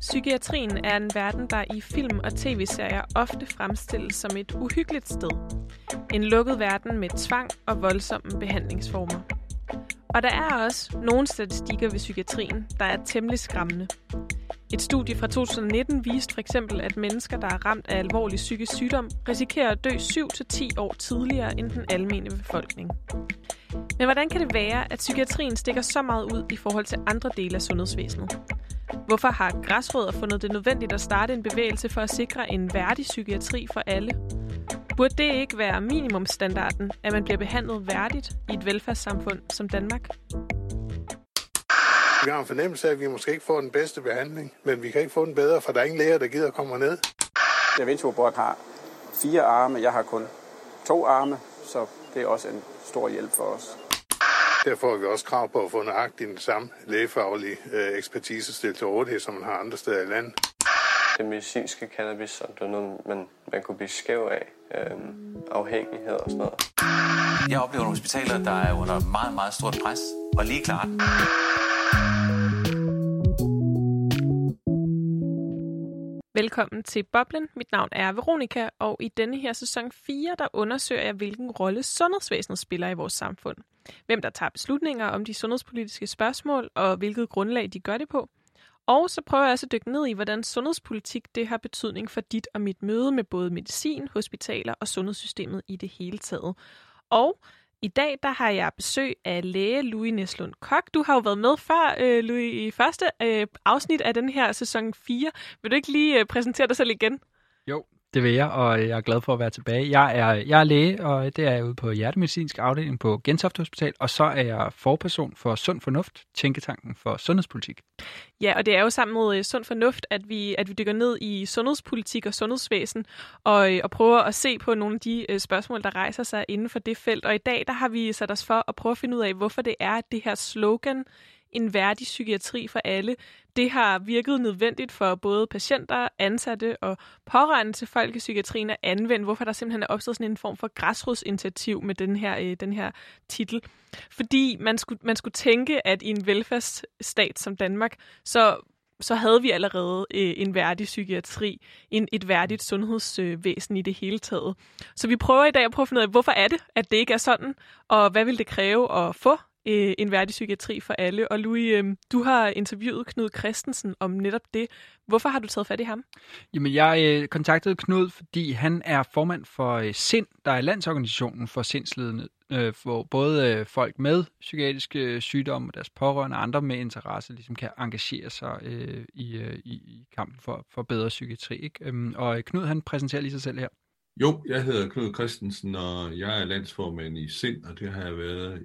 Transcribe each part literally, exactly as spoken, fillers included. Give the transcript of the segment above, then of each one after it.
Psykiatrien er en verden, der i film og tv-serier ofte fremstilles som et uhyggeligt sted. En lukket verden med tvang og voldsomme behandlingsformer. Og der er også nogle statistikker ved psykiatrien, der er temmelig skræmmende. Et studie fra to tusind nitten viste for eksempel, at mennesker, der er ramt af alvorlig psykisk sygdom, risikerer at dø syv til ti år tidligere end den almene befolkning. Men hvordan kan det være, at psykiatrien stikker så meget ud i forhold til andre dele af sundhedsvæsenet? Hvorfor har græsrødder fundet det nødvendigt at starte en bevægelse for at sikre en værdig psykiatri for alle? Burde det ikke være minimumsstandarden, at man bliver behandlet værdigt i et velfærdssamfund som Danmark? Vi har en fornemmelse af, at vi måske ikke får den bedste behandling, men vi kan ikke få den bedre, for der er ingen læger, der gider komme ned. Jeg Vinterborg har fire arme, jeg har kun to arme, så det er også en stor hjælp for os. Derfor har vi også krav på at få nøjagtigt den samme lægefaglige øh, ekspertise stillet til rådighed, som man har andre steder i landet. Det medicinske cannabis, så det er noget, man, man kunne blive skæv af, øh, afhængighed og sådan noget. Jeg oplever nogle hospitaler, der er under meget, meget stort pres, og lige klart. Velkommen til Boblen. Mit navn er Veronica, og i denne her sæson fire, der undersøger jeg, hvilken rolle sundhedsvæsenet spiller i vores samfund. Hvem der tager beslutninger om de sundhedspolitiske spørgsmål, og hvilket grundlag de gør det på. Og så prøver jeg også at dykke ned i, hvordan sundhedspolitik det har betydning for dit og mit møde med både medicin, hospitaler og sundhedssystemet i det hele taget. Og i dag der har jeg besøg af læge Louis Neslund Koch. Du har jo været med før, øh, Louis, i første øh, afsnit af den her sæson fire. Vil du ikke lige øh, præsentere dig selv igen? Jo, det vil jeg, og jeg er glad for at være tilbage. Jeg er, jeg er læge, og det er jeg ude på hjertemedicinsk afdeling på Gentofte Hospital, og så er jeg forperson for Sund Fornuft, tænketanken for sundhedspolitik. Ja, og det er jo sammen med Sund Fornuft, at vi, at vi dykker ned i sundhedspolitik og sundhedsvæsen, og, og prøver at se på nogle af de uh, spørgsmål, der rejser sig inden for det felt. Og i dag, der har vi sat os for at prøve at finde ud af, hvorfor det er, at det her slogan, en værdig psykiatri for alle, det har virket nødvendigt for både patienter, ansatte og pårørende til folk i psykiatrien at anvende. Hvorfor der simpelthen er opstået sådan en form for græsrodsinitiativ med den her, øh, den her titel. Fordi man skulle, man skulle tænke, at i en velfærdsstat som Danmark, så så havde vi allerede øh, en værdig psykiatri, en, et værdigt sundhedsvæsen øh, i det hele taget. Så vi prøver i dag at prøve at finde ud af, hvorfor er det, at det ikke er sådan, og hvad vil det kræve at få en værdig psykiatri for alle. Og Louis, du har interviewet Knud Christensen om netop det. Hvorfor har du taget fat i ham? Jamen, jeg øh, kontaktede Knud, fordi han er formand for øh, SIND, der er landsorganisationen for sindslidende, øh, hvor både øh, folk med psykiatriske sygdomme og deres pårørende og andre med interesse ligesom kan engagere sig øh, i, øh, i kampen for, for bedre psykiatri. Ikke? Øhm, og Knud, han præsenterer lige sig selv her. Jo, jeg hedder Knud Christensen, og jeg er landsformand i SIND, og det har jeg været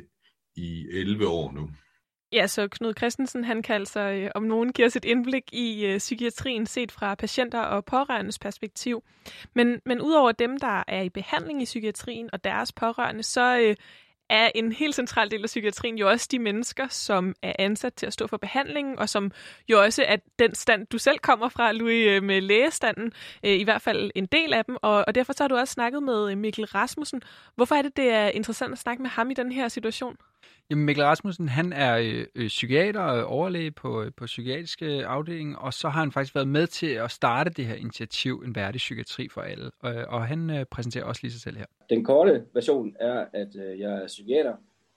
i elleve år nu. Ja, så Knud Christensen, han kan altså, øh, om nogen, give os et indblik i øh, psykiatrien set fra patienter og pårørendes perspektiv. Men, men udover dem, der er i behandling i psykiatrien og deres pårørende, så øh, er en helt central del af psykiatrien jo også de mennesker, som er ansat til at stå for behandlingen, og som jo også er den stand, du selv kommer fra, Louis, med lægestanden, øh, i hvert fald en del af dem. Og, og derfor så har du også snakket med Mikkel Rasmussen. Hvorfor er det, det er interessant at snakke med ham i den her situation? Jamen, Mikkel Rasmussen, han er øh, psykiater og overlæge på, på psykiatriske afdeling, og så har han faktisk været med til at starte det her initiativ, en værdig psykiatri for alle. Og, og han øh, præsenterer også lige sig selv her. Den korte version er, at øh, jeg er psykiater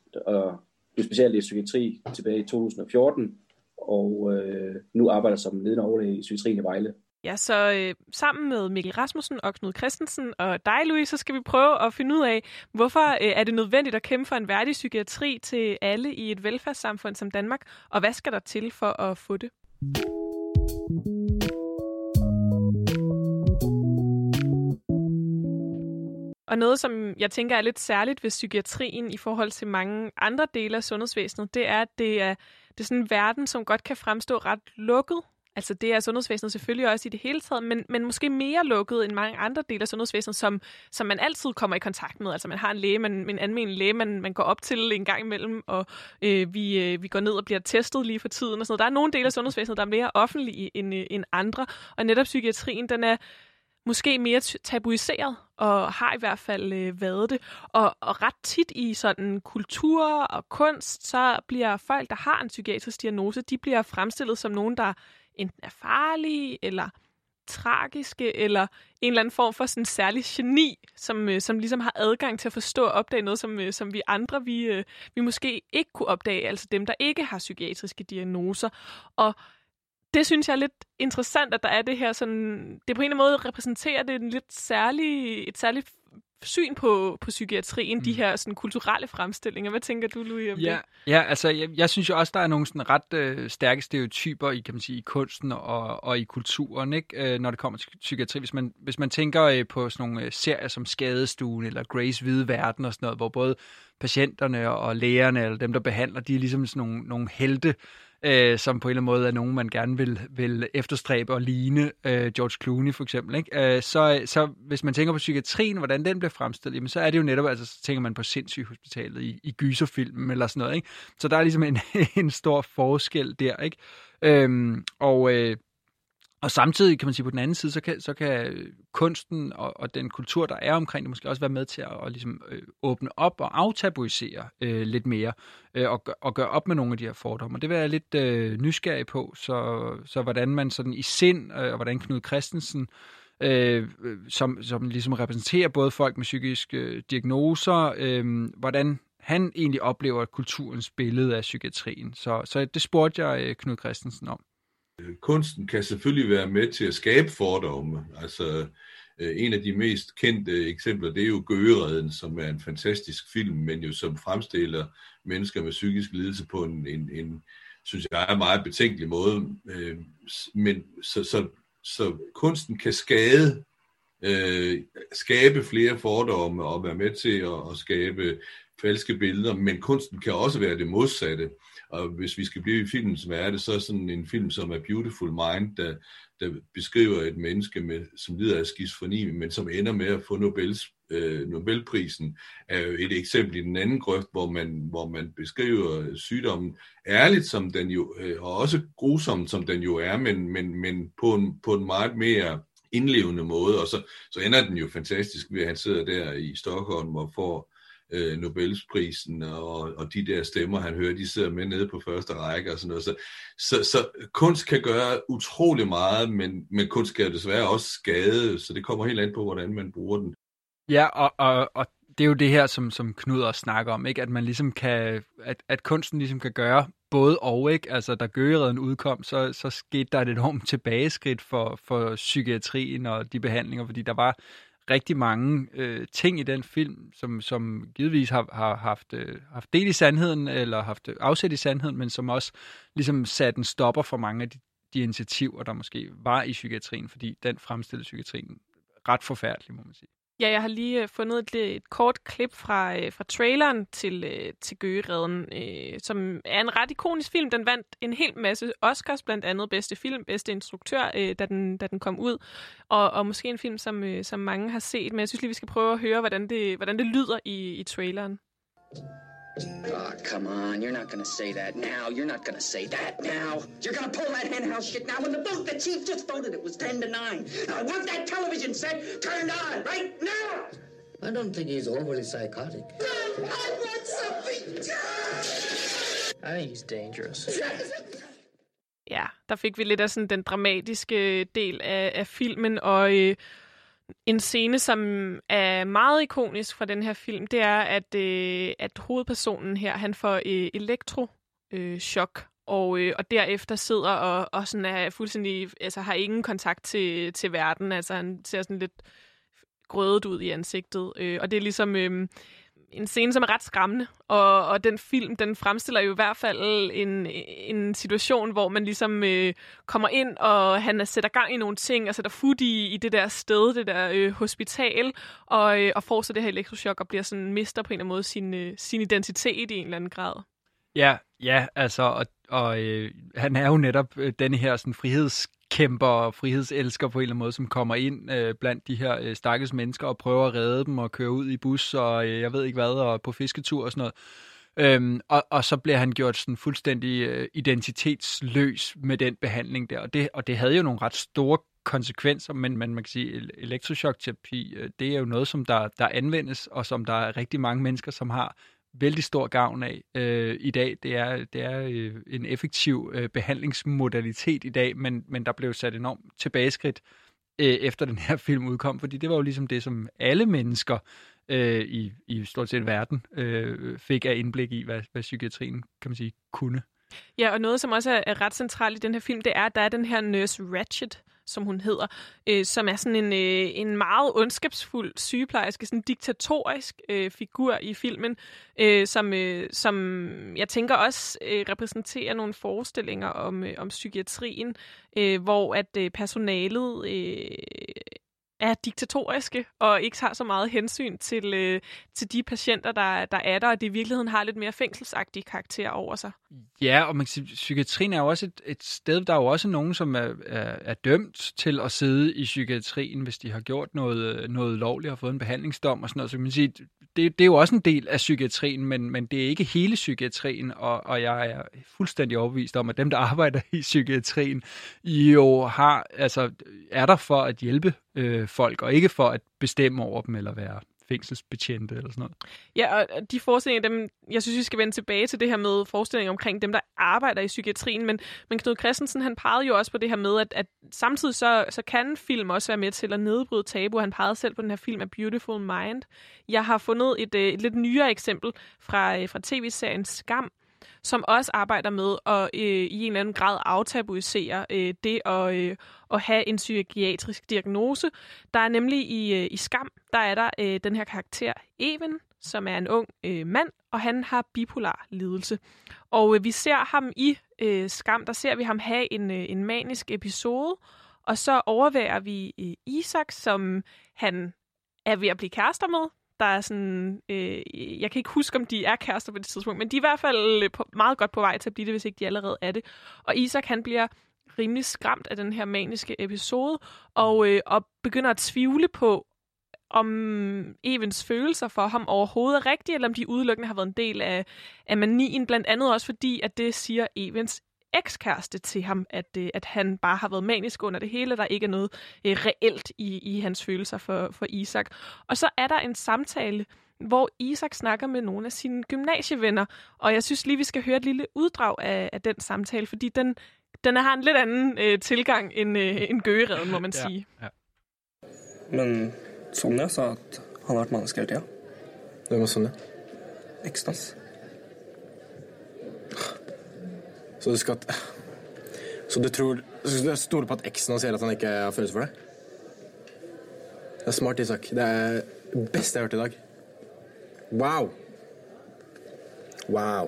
og blev speciallæge i psykiatri tilbage i to tusind og fjorten, og øh, nu arbejder som ledende overlæge i psykiatrien i Vejle. Ja, så øh, sammen med Mikkel Rasmussen og Knud Christensen og dig, Louis, så skal vi prøve at finde ud af, hvorfor øh, er det nødvendigt at kæmpe for en værdig psykiatri til alle i et velfærdssamfund som Danmark, og hvad skal der til for at få det? Og noget, som jeg tænker er lidt særligt ved psykiatrien i forhold til mange andre dele af sundhedsvæsenet, det er, at det er, det er sådan en verden, som godt kan fremstå ret lukket. Altså det er sundhedsvæsenet selvfølgelig også i det hele taget, men, men måske mere lukket end mange andre dele af sundhedsvæsenet, som, som man altid kommer i kontakt med. Altså man har en læge, man, en almindelig læge, man, man går op til en gang imellem, og øh, vi, øh, vi går ned og bliver testet lige for tiden. Og sådan noget. Der er nogle dele af sundhedsvæsenet, der er mere offentlige end, øh, end andre, og netop psykiatrien, den er måske mere tabuiseret, og har i hvert fald øh, været det. Og, og ret tit i sådan kultur og kunst, så bliver folk, der har en psykiatrisk diagnose, de bliver fremstillet som nogen, der enten er farlige, eller tragiske, eller en eller anden form for sådan særlig geni, som, øh, som ligesom har adgang til at forstå og opdage noget, som, øh, som vi andre, vi, øh, vi måske ikke kunne opdage, altså dem, der ikke har psykiatriske diagnoser. Og det synes jeg er lidt interessant, at der er det her sådan, det på en eller anden måde repræsenterer det en lidt særlig, et særligt syn på, på psykiatrien, mm. de her sådan kulturelle fremstillinger. Hvad tænker du, Louis, om ja, det? Ja, altså jeg, jeg synes jo også, der er nogle sådan ret øh, stærke stereotyper i, kan man sige, i kunsten og, og i kulturen, ikke? Øh, når det kommer til psykiatri. Hvis man, hvis man tænker øh, på sådan nogle øh, serier som Skadestuen eller Grays Hvide Verden og sådan noget, hvor både patienterne og lægerne eller dem, der behandler, de er ligesom sådan nogle, nogle helte, Øh, som på en eller anden måde er nogen, man gerne vil, vil efterstræbe og ligne, øh, George Clooney for eksempel. Ikke? Øh, så, så hvis man tænker på psykiatrien, hvordan den bliver fremstillet, jamen, så er det jo netop, altså så tænker man på Sindssygehospitalet i, i gyserfilmen eller sådan noget. Ikke? Så der er ligesom en, en stor forskel der. Ikke? Øhm, og, øh, og samtidig kan man sige, på den anden side, så kan, så kan kunsten og, og den kultur, der er omkring det, måske også være med til at, at ligesom, øh, åbne op og aftabuisere øh, lidt mere, øh, og, og gøre op med nogle af de her fordomme. Og det vil jeg lidt øh, nysgerrig på, så, så hvordan man sådan i sind, øh, og hvordan Knud Christensen, øh, som, som ligesom repræsenterer både folk med psykiske øh, diagnoser, øh, hvordan han egentlig oplever kulturens billede af psykiatrien. Så, så det spurgte jeg øh, Knud Christensen om. Kunsten kan selvfølgelig være med til at skabe fordomme. Altså, en af de mest kendte eksempler, det er jo Gøgereden, som er en fantastisk film, men jo som fremstiller mennesker med psykisk lidelse på en, en, en synes jeg, er meget betænkelig måde. Men så, så, så kunsten kan skade, øh, skabe flere fordomme og være med til at, at skabe falske billeder, men kunsten kan også være det modsatte. Og hvis vi skal blive i filmens verden, så er sådan en film som A Beautiful Mind, der, der beskriver et menneske, med, som lider af skizofreni, men som ender med at få Nobels, øh, Nobelprisen, er jo et eksempel i den anden grøft, hvor man, hvor man beskriver sygdommen ærligt, som den jo, øh, og også grusomt, som den jo er, men, men, men på, en, på en meget mere indlevende måde. Og så, så ender den jo fantastisk ved, at han sidder der i Stockholm og får Nobelsprisen, og, og de der stemmer, han hører, de sidder med nede på første række og sådan noget. Så, så, så kunst kan gøre utrolig meget, men, men kunst kan desværre også skade, så det kommer helt an på, hvordan man bruger den. Ja, og, og, og det er jo det her, som, som Knud også snakker om, ikke? At man ligesom kan, at, at kunsten ligesom kan gøre både og, ikke? Altså, da Gøgereden udkom, så, så skete der et enormt tilbageskridt for, for psykiatrien og de behandlinger, fordi der var rigtig mange øh, ting i den film, som, som givetvis har, har haft, øh, haft del i sandheden, eller haft afsæt i sandheden, men som også ligesom satte en stopper for mange af de, de initiativer, der måske var i psykiatrien, fordi den fremstillede psykiatrien ret forfærdelig, må man sige. Ja, jeg har lige fundet et, et kort klip fra, øh, fra traileren til, øh, til Gøgereden, øh, som er en ret ikonisk film. Den vandt en hel masse Oscars, blandt andet bedste film, bedste instruktør, øh, da, den, da den kom ud. Og, og måske en film, som, øh, som mange har set, men jeg synes lige, vi skal prøve at høre, hvordan det, hvordan det lyder i, i traileren. Oh, come on. You're not gonna say that now. You're not gonna say that now. You're gonna pull that henhouse shit now when the vote the chief just voted it was ten to nine. I want that television set turned on right now. I don't think he's overly psychotic. No, I want something done. I think he's dangerous. Ja, der fik vi lidt af sådan den dramatiske del af, af filmen, og øh, en scene, som er meget ikonisk fra den her film, det er, at, øh, at hovedpersonen her, han får øh, elektrochok, øh, og, øh, og derefter sidder og, og sådan er fuldstændig, altså har ingen kontakt til, til verden, altså han ser sådan lidt grødet ud i ansigtet, øh, og det er ligesom øh, en scene, som er ret skræmmende, og, og den film, den fremstiller jo i hvert fald en, en situation, hvor man ligesom øh, kommer ind, og han sætter gang i nogle ting, og sætter fod i, i det der sted, det der øh, hospital, og, øh, og får så det her elektrochok, og bliver sådan, mister på en eller anden måde sin, øh, sin identitet i en eller anden grad. Ja, ja, altså, og, og øh, han er jo netop øh, denne her sådan frihedskæmper og frihedselsker på en eller anden måde, som kommer ind øh, blandt de her øh, stakkels mennesker og prøver at redde dem og køre ud i bus og øh, jeg ved ikke hvad, og på fisketur og sådan noget. Øhm, og, og så bliver han gjort sådan fuldstændig øh, identitetsløs med den behandling der, og det, og det havde jo nogle ret store konsekvenser, men man, man kan sige, elektrochokterapi, øh, det er jo noget, som der, der anvendes, og som der er rigtig mange mennesker, som har vældig stor gavn af øh, i dag. Det er, det er øh, en effektiv øh, behandlingsmodalitet i dag, men, men der blev sat enormt tilbageskridt øh, efter den her film udkom, fordi det var jo ligesom det, som alle mennesker øh, i, i stort set verden øh, fik af indblik i, hvad, hvad psykiatrien, kan man sige, kunne. Ja, og noget, som også er ret centralt i den her film, det er, at der er den her Nurse Ratched, som hun hedder, øh, som er sådan en, øh, en meget ondskabsfuld sygeplejerske, sådan en diktatorisk øh, figur i filmen, øh, som, øh, som jeg tænker også øh, repræsenterer nogle forestillinger om, øh, om psykiatrien, øh, hvor at øh, personalet øh, er diktatoriske og ikke har så meget hensyn til, øh, til de patienter, der, der er der, og det i virkeligheden har lidt mere fængselsagtige karakter over sig. Ja, og man kan sige, psykiatrien er jo også et, et sted, der er jo også nogen, som er, er, er dømt til at sidde i psykiatrien, hvis de har gjort noget, noget lovligt og fået en behandlingsdom og sådan noget. Så kan man sige, det, det er jo også en del af psykiatrien, men, men det er ikke hele psykiatrien, og, og jeg er fuldstændig overbevist om, at dem, der arbejder i psykiatrien, jo har, altså, er der for at hjælpe øh, folk, og ikke for at bestemme over dem eller være fængselsbetjente eller sådan noget. Ja, og de forestillinger, dem, jeg synes, vi skal vende tilbage til det her med forestillinger omkring dem, der arbejder i psykiatrien, men, men Knud Christensen, han pegede jo også på det her med, at, at samtidig så, så kan film også være med til at nedbryde tabu. Han pegede selv på den her film A Beautiful Mind. Jeg har fundet et, et lidt nyere eksempel fra, fra tv-serien Skam, som også arbejder med at øh, i en eller anden grad aftabuisere øh, det at, øh, at have en psykiatrisk diagnose. Der er nemlig i, øh, i Skam, der er der øh, den her karakter Even, som er en ung øh, mand, og han har bipolar lidelse. Og øh, vi ser ham i øh, Skam, der ser vi ham have en, øh, en manisk episode, og så overværer vi øh, Isak, som han er ved at blive kærester med. Der er sådan, øh, jeg kan ikke huske, om de er kærester på det tidspunkt, men de er i hvert fald på, meget godt på vej til at blive det, hvis ikke de allerede er det. Og Isak, han bliver rimelig skræmt af den her maniske episode, og, øh, og begynder at tvivle på, om Evens følelser for ham overhovedet er rigtige, eller om de udelukkende har været en del af, af manien, blandt andet også fordi, at det siger Evens ekskæreste til ham, at, øh, at han bare har været manisk under det hele, der ikke er noget øh, reelt i, i hans følelser for, for Isak. Og så er der en samtale, hvor Isak snakker med nogle af sine gymnasievenner, og jeg synes lige, vi skal høre et lille uddrag af, af den samtale, fordi den, den har en lidt anden øh, tilgang end, øh, end Gøgereden, må man ja, sige. Ja. Men Sonja sa, at han har vært manisk hele tida. Hvem var Sonja? Eksen hans. Så du skal... Så du tror... Så du stoler på at eksen hans sier at han ikke har følelse for det? Det er smart, Isak. Det er det beste jeg har hørt i dag. Wow. Wow.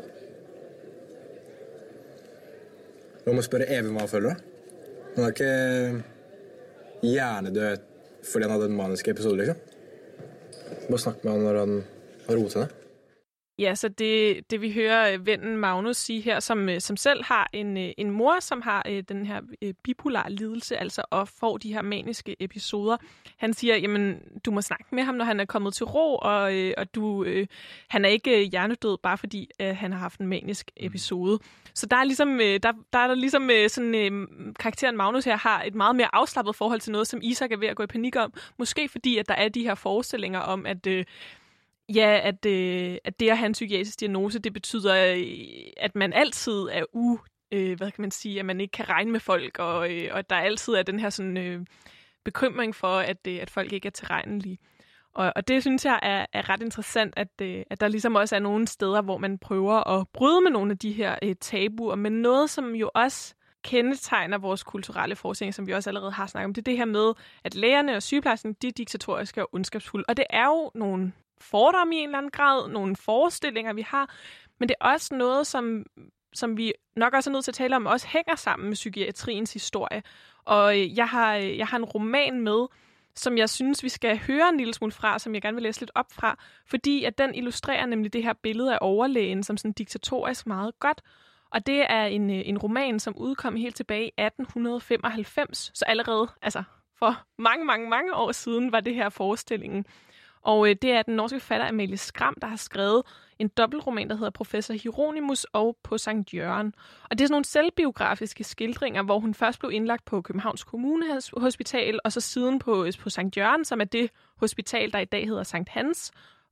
Man må spørre Even hva han føler. Han har ikke hjernedød fordi han hadde en manisk episode, liksom. Bare snakk med han når han har roet seg ned. Ja, så det, det vi hører vennen Magnus sige her, som, som selv har en, en mor, som har øh, den her øh, bipolar lidelse, altså og får de her maniske episoder. Han siger, jamen, du må snakke med ham, når han er kommet til ro, og, øh, og du, øh, han er ikke hjernedød, bare fordi øh, han har haft en manisk episode. Så der er ligesom, øh, der, der er der ligesom øh, sådan, øh, karakteren Magnus her har et meget mere afslappet forhold til noget, som Isak er ved at gå i panik om. Måske fordi, at der er de her forestillinger om, at... Øh, Ja, at, øh, at det at have en psykiatrisk diagnose, det betyder, øh, at man altid er u, øh, hvad kan man sige, at man ikke kan regne med folk, og, øh, og at der altid er den her sådan, øh, bekymring for, at, øh, at folk ikke er tilregnelige. Og, og det synes jeg er, er ret interessant, at, øh, at der ligesom også er nogle steder, hvor man prøver at bryde med nogle af de her øh, tabuer, men noget, som jo også kendetegner vores kulturelle forskning, som vi også allerede har snakket om, det er det her med, at lægerne og sygeplejerskerne, de er diktatoriske og ondskabsfulde, og det er jo nogle fordomme i en eller anden grad, nogle forestillinger, vi har, men det er også noget, som, som vi nok også er nødt til at tale om, også hænger sammen med psykiatriens historie. Og jeg har, jeg har en roman med, som jeg synes, vi skal høre en lille smule fra, som jeg gerne vil læse lidt op fra, fordi at den illustrerer nemlig det her billede af overlægen som sådan diktatorisk meget godt. Og det er en, en roman, som udkom helt tilbage i atten femoghalvfems, så allerede, altså for mange, mange, mange år siden, var det her forestillingen. Og øh, det er den norske forfatter Amalie Skram, der har skrevet en dobbeltroman, der hedder Professor Hieronymus og på Sankt Jørgen. Og det er sådan nogle selvbiografiske skildringer, hvor hun først blev indlagt på Københavns Kommunehospital, og så siden på, på Sankt Jørgen, som er det hospital, der i dag hedder Sankt Hans.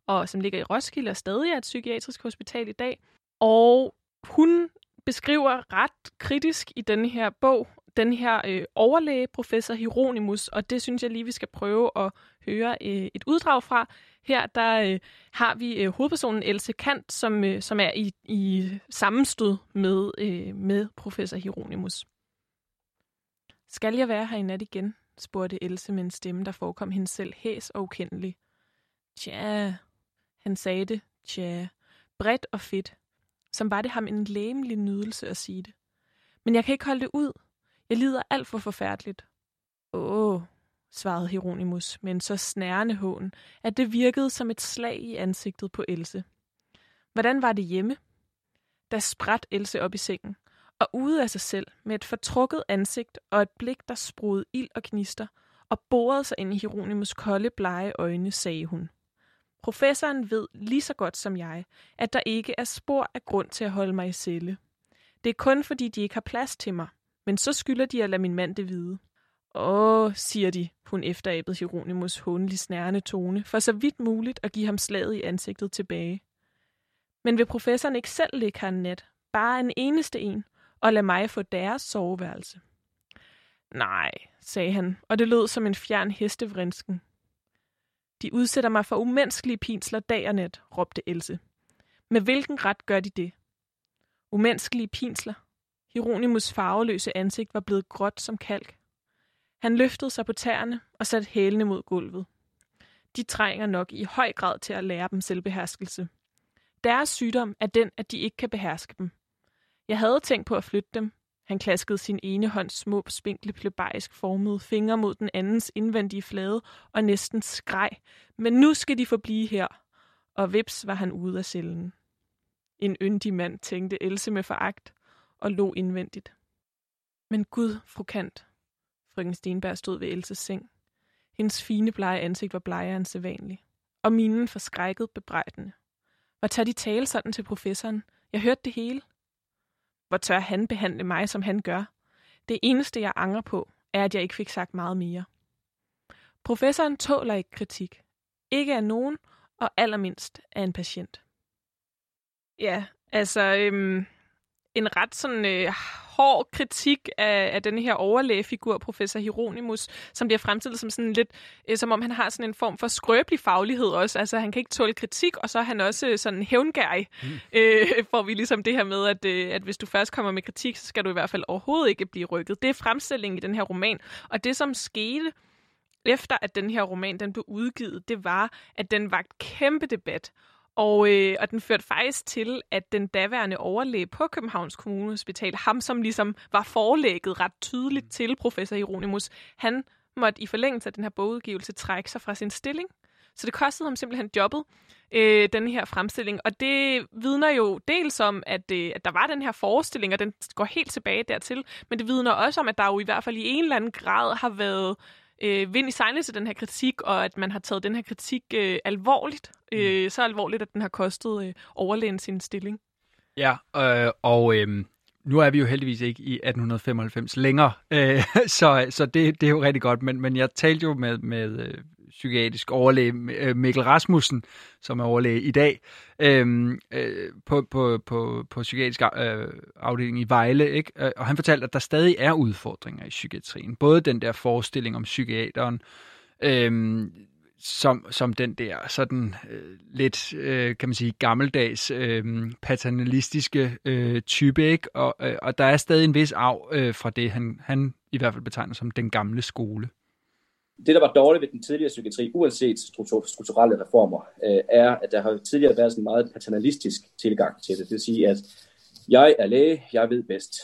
og som ligger i Roskilde og stadig er et psykiatrisk hospital i dag. Og hun beskriver ret kritisk i denne her bog, den her øh, overlæge, professor Hieronymus, og det synes jeg lige, vi skal prøve at høre øh, et uddrag fra. Her der øh, har vi øh, hovedpersonen Else Kant, som, øh, som er i, i sammenstød med, øh, med professor Hieronymus. Skal jeg være her i nat igen? Spurgte Else med en stemme, der forekom hende selv hæs og ukendelig. Tja, han sagde det, tja, bredt og fedt, som var det ham en læmelig nydelse at sige det. Men jeg kan ikke holde det ud. Jeg lider alt for forfærdeligt. Åh, svarede Hieronymus med en så snærende hån, at det virkede som et slag i ansigtet på Else. Hvordan var det hjemme? Der spræt Else op i sengen, og ude af sig selv, med et fortrukket ansigt og et blik, der sprudede ild og gnister, og borede sig ind i Hieronymus kolde, blege øjne, sagde hun. Professoren ved lige så godt som jeg, at der ikke er spor af grund til at holde mig i celle. Det er kun fordi, de ikke har plads til mig, men så skylder de at lade min mand det vide. Åh, siger de, hun efterabede Hieronymus hånlig snærende tone, for så vidt muligt at give ham slaget i ansigtet tilbage. Men vil professoren ikke selv ligge her en nat, bare en eneste en, og lade mig få deres soveværelse? Nej, sagde han, og det lød som en fjern hestevrinsken. De udsætter mig for umenneskelige pinsler dag og nat, råbte Else. Med hvilken ret gør de det? Umenneskelige pinsler? Hieronymus' farveløse ansigt var blevet gråt som kalk. Han løftede sig på tæerne og satte hælene mod gulvet. De trænger nok i høj grad til at lære dem selvbeherskelse. Deres sygdom er den, at de ikke kan beherske dem. Jeg havde tænkt på at flytte dem. Han klaskede sin ene hånds små, spinkle, plebeisk formede fingre mod den andens indvendige flade og næsten skreg. Men nu skal de forblive her. Og vips var han ude af cellen. En yndig mand, tænkte Else med foragt og lå indvendigt. Men Gud, fru Kant. Frøken Stenberg stod ved Elses seng. Hendes fine, blege ansigt var blegere end sædvanligt, og minen forskrækket bebrejdende. Hvor tør de tale sådan til professoren? Jeg hørte det hele. Hvor tør han behandle mig, som han gør? Det eneste, jeg angrer på, er, at jeg ikke fik sagt meget mere. Professoren tåler ikke kritik. Ikke af nogen, og allermindst af en patient. Ja, altså øhm, en ret sådan øh, hård kritik af, af denne her overlægefigur, professor Hieronymus, som bliver fremstillet som sådan lidt, øh, som om han har sådan en form for skrøbelig faglighed også. Altså han kan ikke tåle kritik, og så er han også sådan hævngærig. Mm. Øh, får vi ligesom det her med, at, øh, at hvis du først kommer med kritik, så skal du i hvert fald overhovedet ikke blive rykket. Det er fremstillingen i den her roman. Og det, som skete efter, at den her roman den blev udgivet, det var, at den vagt kæmpe debat. Og, øh, og den førte faktisk til, at den daværende overlæge på Københavns Kommunehospital, ham som ligesom var forelægget ret tydeligt til professor Hieronymus, han måtte i forlængelse af den her bogudgivelse trække sig fra sin stilling. Så det kostede ham simpelthen jobbet, øh, den her fremstilling. Og det vidner jo dels om, at, øh, at der var den her forestilling, og den går helt tilbage dertil. Men det vidner også om, at der jo i hvert fald i en eller anden grad har været øh, vind i sejlene til den her kritik, og at man har taget den her kritik øh, alvorligt. Øh, så alvorligt, at den har kostet øh, overlægen sin stilling. Ja, øh, og øh, nu er vi jo heldigvis ikke i atten femoghalvfems længere, øh, så, så det, det er jo rigtig godt. Men, men jeg talte jo med, med øh, psykiatrisk overlæge Mikkel Rasmussen, som er overlæge i dag, øh, øh, på, på, på, på psykiatrisk øh, afdeling i Vejle, ikke? Og han fortalte, at der stadig er udfordringer i psykiatrien. Både den der forestilling om psykiateren, øh, Som, som den der sådan øh, lidt, øh, kan man sige, gammeldags øh, paternalistiske øh, type, ikke? Og, øh, og der er stadig en vis arv øh, fra det, han, han i hvert fald betegner som den gamle skole. Det, der var dårligt ved den tidligere psykiatri, uanset strukturelle reformer, øh, er, at der har tidligere været sådan en meget paternalistisk tilgang til det. Det vil sige, at jeg er læge, jeg ved bedst.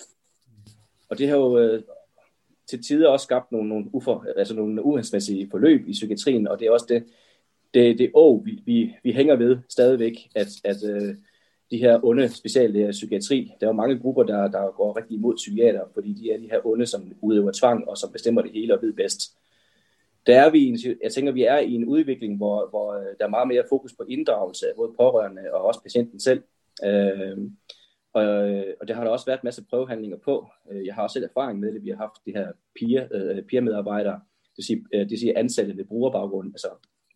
Og det har jo øh, til tider også skabt nogle, nogle, ufor, altså nogle uhensigtsmæssige forløb i psykiatrien, og det er også det, det, det å, vi, vi, vi hænger ved stadigvæk, at, at øh, de her onde speciallæger i psykiatri, der er jo mange grupper, der, der går rigtig imod psykiater, fordi de er de her onde, som udøver tvang, og som bestemmer det hele og ved bedst. Der er vi, en, jeg tænker, vi er i en udvikling, hvor, hvor der er meget mere fokus på inddragelse af både pårørende og også patienten selv. Øh, Og, og det har der også været en masse prøvehandlinger på. Jeg har også selv erfaring med det. Vi har haft de her peer, uh, peer-medarbejdere, det vil sige, det vil sige ansatte med brugerbaggrund, altså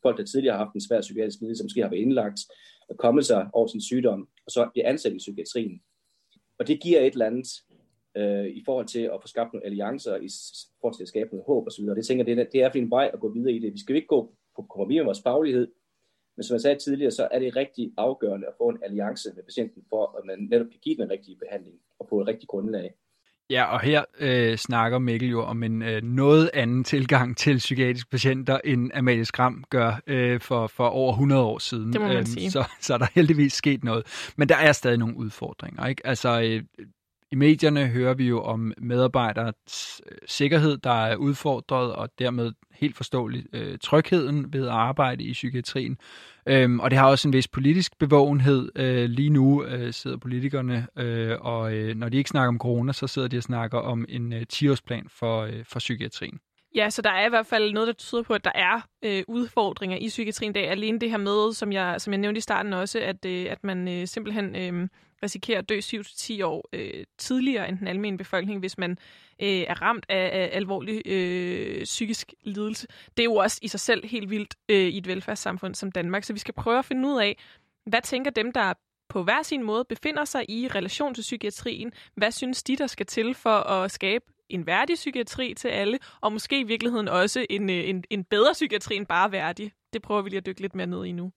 folk, der tidligere har haft en svær psykiatrisk lidelse, som måske har været indlagt og kommet sig over sin sygdom, og så bliver ansat i psykiatrien. Og det giver et eller andet øh, i forhold til at få skabt nogle alliancer, i forhold til at skabe noget håb osv. Det tænker jeg, det er, det er en vej at gå videre i det. Vi skal jo ikke gå på kompromis med vores faglighed, men som jeg sagde tidligere, så er det rigtig afgørende at få en alliance med patienten, for at man netop kan give den rigtige behandling og på et rigtigt grundlag. Ja, og her øh, snakker Mikkel jo om en øh, noget anden tilgang til psykiatriske patienter, end Amalie Skram gør øh, for, for over hundrede år siden. Det må man øhm, sige. Så, så er der heldigvis sket noget. Men der er stadig nogle udfordringer, ikke? Altså, øh, i medierne hører vi jo om medarbejderets sikkerhed, der er udfordret, og dermed helt forståeligt øh, trygheden ved at arbejde i psykiatrien. Øhm, og det har også en vis politisk bevågenhed. Øh, lige nu øh, sidder politikerne, øh, og øh, når de ikke snakker om corona, så sidder de og snakker om en øh, ti-årsplan for, øh, for psykiatrien. Ja, så der er i hvert fald noget, der tyder på, at der er øh, udfordringer i psykiatrien i dag. Alene det her med, som jeg, som jeg nævnte i starten også, at, øh, at man øh, simpelthen øh, risikerer at dø syv til ti år øh, tidligere end den almindelige befolkning, hvis man øh, er ramt af, af alvorlig øh, psykisk lidelse. Det er jo også i sig selv helt vildt øh, i et velfærdssamfund som Danmark. Så vi skal prøve at finde ud af, hvad tænker dem, der på hver sin måde befinder sig i relation til psykiatrien? Hvad synes de, der skal til for at skabe en værdig psykiatri til alle, og måske i virkeligheden også en, en, en bedre psykiatri end bare værdig? Det prøver vi lige at dykke lidt mere ned i nu.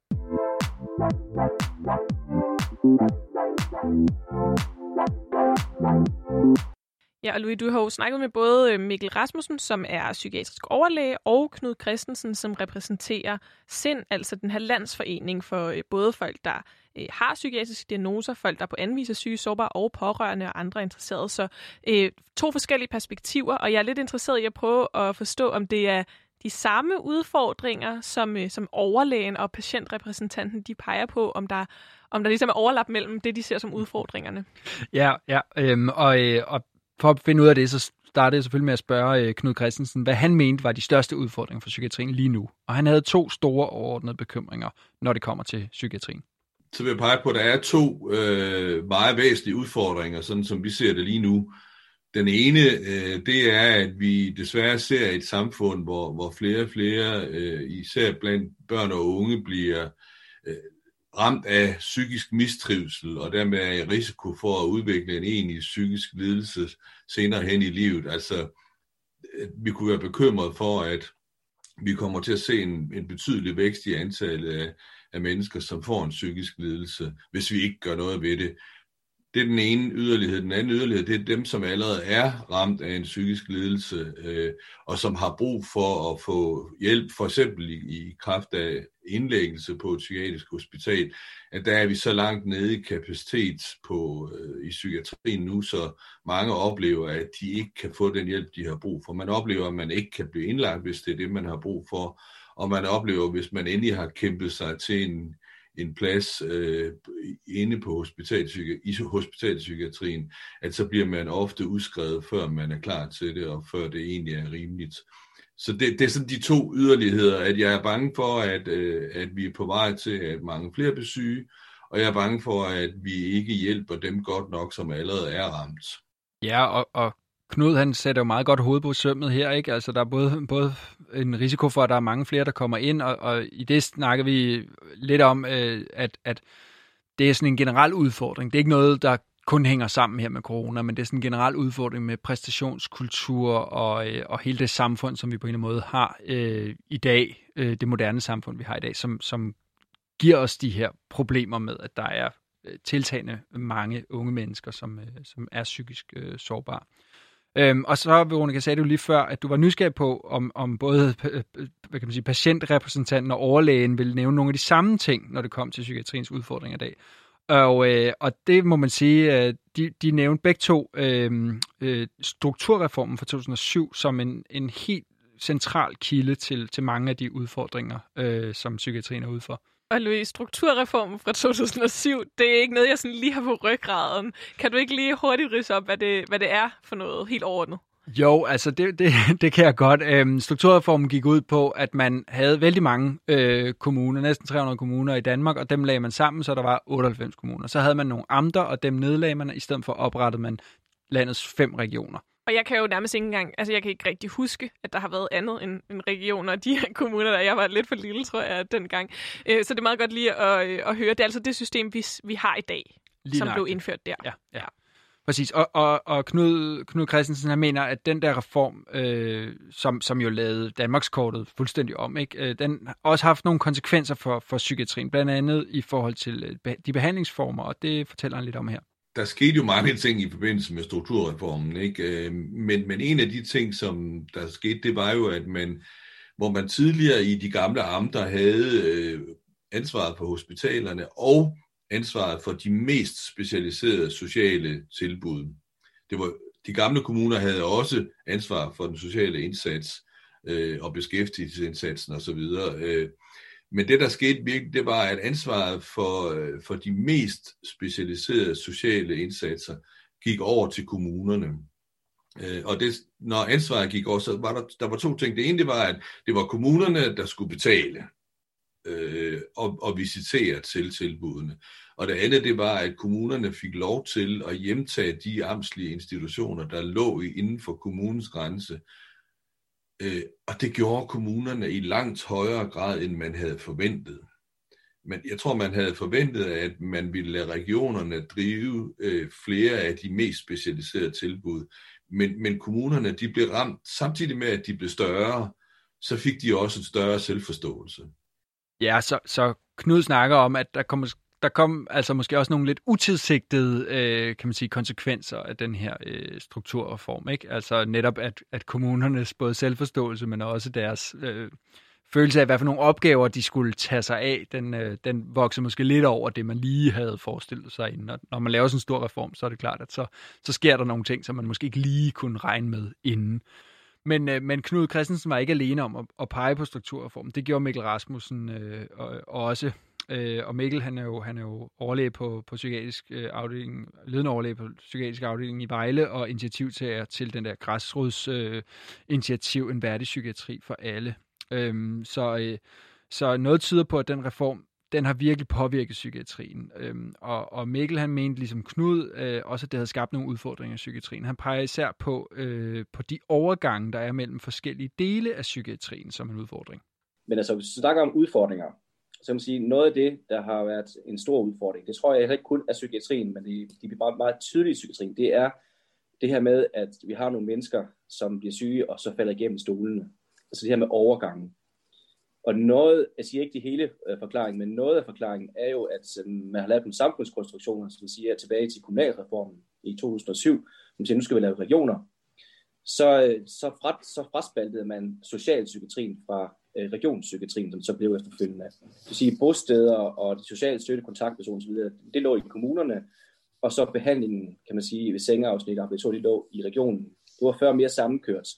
Ja, og Louis, du har jo snakket med både Mikkel Rasmussen, som er psykiatrisk overlæge, og Knud Christensen, som repræsenterer SIND, altså den her landsforening for både folk, der har psykiatriske diagnoser, folk, der på anden vis er syge, sårbare og pårørende og andre interesserede. Så øh, to forskellige perspektiver, og jeg er lidt interesseret i at prøve at forstå, om det er de samme udfordringer, som, øh, som overlægen og patientrepræsentanten de peger på, om der, om der ligesom er overlap mellem det, de ser som udfordringerne. Ja, ja øhm, og, øh, og for at finde ud af det, så startede jeg selvfølgelig med at spørge øh, Knud Christensen, hvad han mente var de største udfordringer for psykiatrien lige nu. Og han havde to store overordnede bekymringer, når det kommer til psykiatrien. Så vil jeg pege på, at der er to øh, meget væsentlige udfordringer, sådan som vi ser det lige nu. Den ene, øh, det er, at vi desværre ser et samfund, hvor, hvor flere og flere, øh, især blandt børn og unge, bliver øh, ramt af psykisk mistrivsel, og dermed er i risiko for at udvikle en egentlig psykisk lidelse senere hen i livet. Altså, vi kunne være bekymrede for, at vi kommer til at se en, en betydelig vækst i antallet af, af mennesker, som får en psykisk lidelse, hvis vi ikke gør noget ved det. Det er den ene yderlighed. Den anden yderlighed, det er dem, som allerede er ramt af en psykisk lidelse, øh, og som har brug for at få hjælp, for eksempel i, i kraft af indlæggelse på et psykiatrisk hospital, at der er vi så langt nede i kapacitet på, øh, i psykiatrien nu, så mange oplever, at de ikke kan få den hjælp, de har brug for. Man oplever, at man ikke kan blive indlagt, hvis det er det, man har brug for, og man oplever, hvis man endelig har kæmpet sig til en en plads øh, inde på hospitalpsyki- i hospitalpsykiatrien, at så bliver man ofte udskrevet, før man er klar til det, og før det egentlig er rimeligt. Så det, det er sådan de to yderligheder, at jeg er bange for, at, øh, at vi er på vej til, at mange flere bliver syge, og jeg er bange for, at vi ikke hjælper dem godt nok, som allerede er ramt. Ja, og, og Knud, han sætter jo meget godt hovedet på sømmet her, ikke? Altså, der er både, både en risiko for, at der er mange flere, der kommer ind, og, og i det snakker vi lidt om, øh, at, at det er sådan en generel udfordring. Det er ikke noget, der kun hænger sammen her med corona, men det er sådan en generel udfordring med præstationskultur og, øh, og hele det samfund, som vi på en eller anden måde har øh, i dag, øh, det moderne samfund, vi har i dag, som, som giver os de her problemer med, at der er øh, tiltagende mange unge mennesker, som, øh, som er psykisk øh, sårbare. Øhm, og så, Veronica, sagde du lige før, at du var nysgerrig på, om, om både hvad kan man sige, patientrepræsentanten og overlægen ville nævne nogle af de samme ting, når det kom til psykiatriens udfordringer i dag. Og, øh, og det må man sige, øh, de, de nævnte begge to øh, øh, strukturreformen fra to tusind og syv som en, en helt central kilde til, til mange af de udfordringer, øh, som psykiatrien er ude for. Og Louis, strukturreformen fra to tusind og syv, det er ikke noget, jeg sådan lige har på ryggraden. Kan du ikke lige hurtigt ridse op, hvad det, hvad det er for noget helt overordnet? Jo, altså det, det, det kan jeg godt. Øhm, strukturreformen gik ud på, at man havde vældig mange øh, kommuner, næsten tre hundrede kommuner i Danmark, og dem lagde man sammen, så der var otteoghalvfems kommuner. Så havde man nogle amter, og dem nedlagde man, i stedet for oprettede man landets fem regioner. Og jeg kan jo nærmest ikke engang, altså jeg kan ikke rigtig huske, at der har været andet end, end regioner og de her kommuner, der jeg var lidt for lille, tror jeg, dengang. Øh, så det er meget godt lige at, øh, at høre. Det er altså det system, vi, vi har i dag, lige som blev indført der. Ja, ja. Præcis, og, og, og Knud, Knud Kristensen, han mener, at den der reform, øh, som, som jo lavede Danmarkskortet fuldstændig om, ikke, øh, den har også haft nogle konsekvenser for, for psykiatrien, blandt andet i forhold til øh, de behandlingsformer, og det fortæller han lidt om her. Der skete jo mange ting i forbindelse med strukturreformen, ikke? Men, men en af de ting, som der skete, det var jo, at man, hvor man tidligere i de gamle amter havde øh, ansvaret for hospitalerne og ansvaret for de mest specialiserede sociale tilbud. Det var, de gamle kommuner havde også ansvar for den sociale indsats øh, og beskæftigelsesindsatsen osv. Øh, men det, der skete virkelig, det var, at ansvaret for, øh, for de mest specialiserede sociale indsatser gik over til kommunerne. Øh, og det, når ansvaret gik over, så var der, der var to ting. Det ene, det var, at det var kommunerne, der skulle betale øh, og, og visitere til tilbudene. Og det andet, det var, at kommunerne fik lov til at hjemtage de amtslige institutioner, der lå inden for kommunens grænse. Øh, og det gjorde kommunerne i langt højere grad, end man havde forventet. Men jeg tror, man havde forventet, at man ville lade regionerne drive øh, flere af de mest specialiserede tilbud. Men, men kommunerne, de blev ramt, samtidig med, at de blev større, så fik de også en større selvforståelse. Ja, så, så Knud snakker om, at der kommer Der kom altså måske også nogle lidt utilsigtede øh, kan man sige, konsekvenser af den her øh, strukturreform, ikke? Altså netop, at, at kommunernes både selvforståelse, men også deres øh, følelse af, hvad for nogle opgaver de skulle tage sig af, den, øh, den vokser måske lidt over det, man lige havde forestillet sig inden. Og når man laver sådan en stor reform, så er det klart, at så, så sker der nogle ting, som man måske ikke lige kunne regne med inden. Men, øh, men Knud Kristensen var ikke alene om at, at pege på strukturreformen. Det gjorde Mikkel Rasmussen øh, og, og også. Øh, og Mikkel, han er jo, han er jo overlæge på, på psykiatrisk øh, afdeling, ledende overlæge på psykiatrisk afdeling i Vejle, og initiativtager til den der græsrods øh, initiativ, en værdig psykiatri for alle. Øhm, så, øh, så noget tyder på, at den reform, den har virkelig påvirket psykiatrien. Øhm, og, og Mikkel, han mente ligesom Knud, øh, også at det havde skabt nogle udfordringer i psykiatrien. Han peger især på, øh, på de overgange, der er mellem forskellige dele af psykiatrien som en udfordring. Men altså, hvis vi snakker om udfordringer, så kan man sige, noget af det, der har været en stor udfordring, det tror jeg ikke kun er psykiatrien, men det, de bliver meget, meget tydelige i psykiatrien, det er det her med, at vi har nogle mennesker, som bliver syge, og så falder igennem stolene. Altså det her med overgangen. Og noget, jeg siger ikke de hele øh, forklaring, men noget af forklaringen er jo, at øh, man har lavet nogle samfundskonstruktioner, som siger tilbage til kommunalreformen i to tusind og syv, som siger, nu skal vi lave regioner. Så, øh, så, fra, så fraspaltede man socialpsykiatrien fra øh, regionspsykiatrien, som så blev efterfølgende. Det vil sige, bosteder og de sociale støtte, kontaktpersoner osv., det lå i kommunerne, og så behandlingen, kan man sige, ved sengeafsnit og så det lå i regionen. Det var før mere sammenkørt.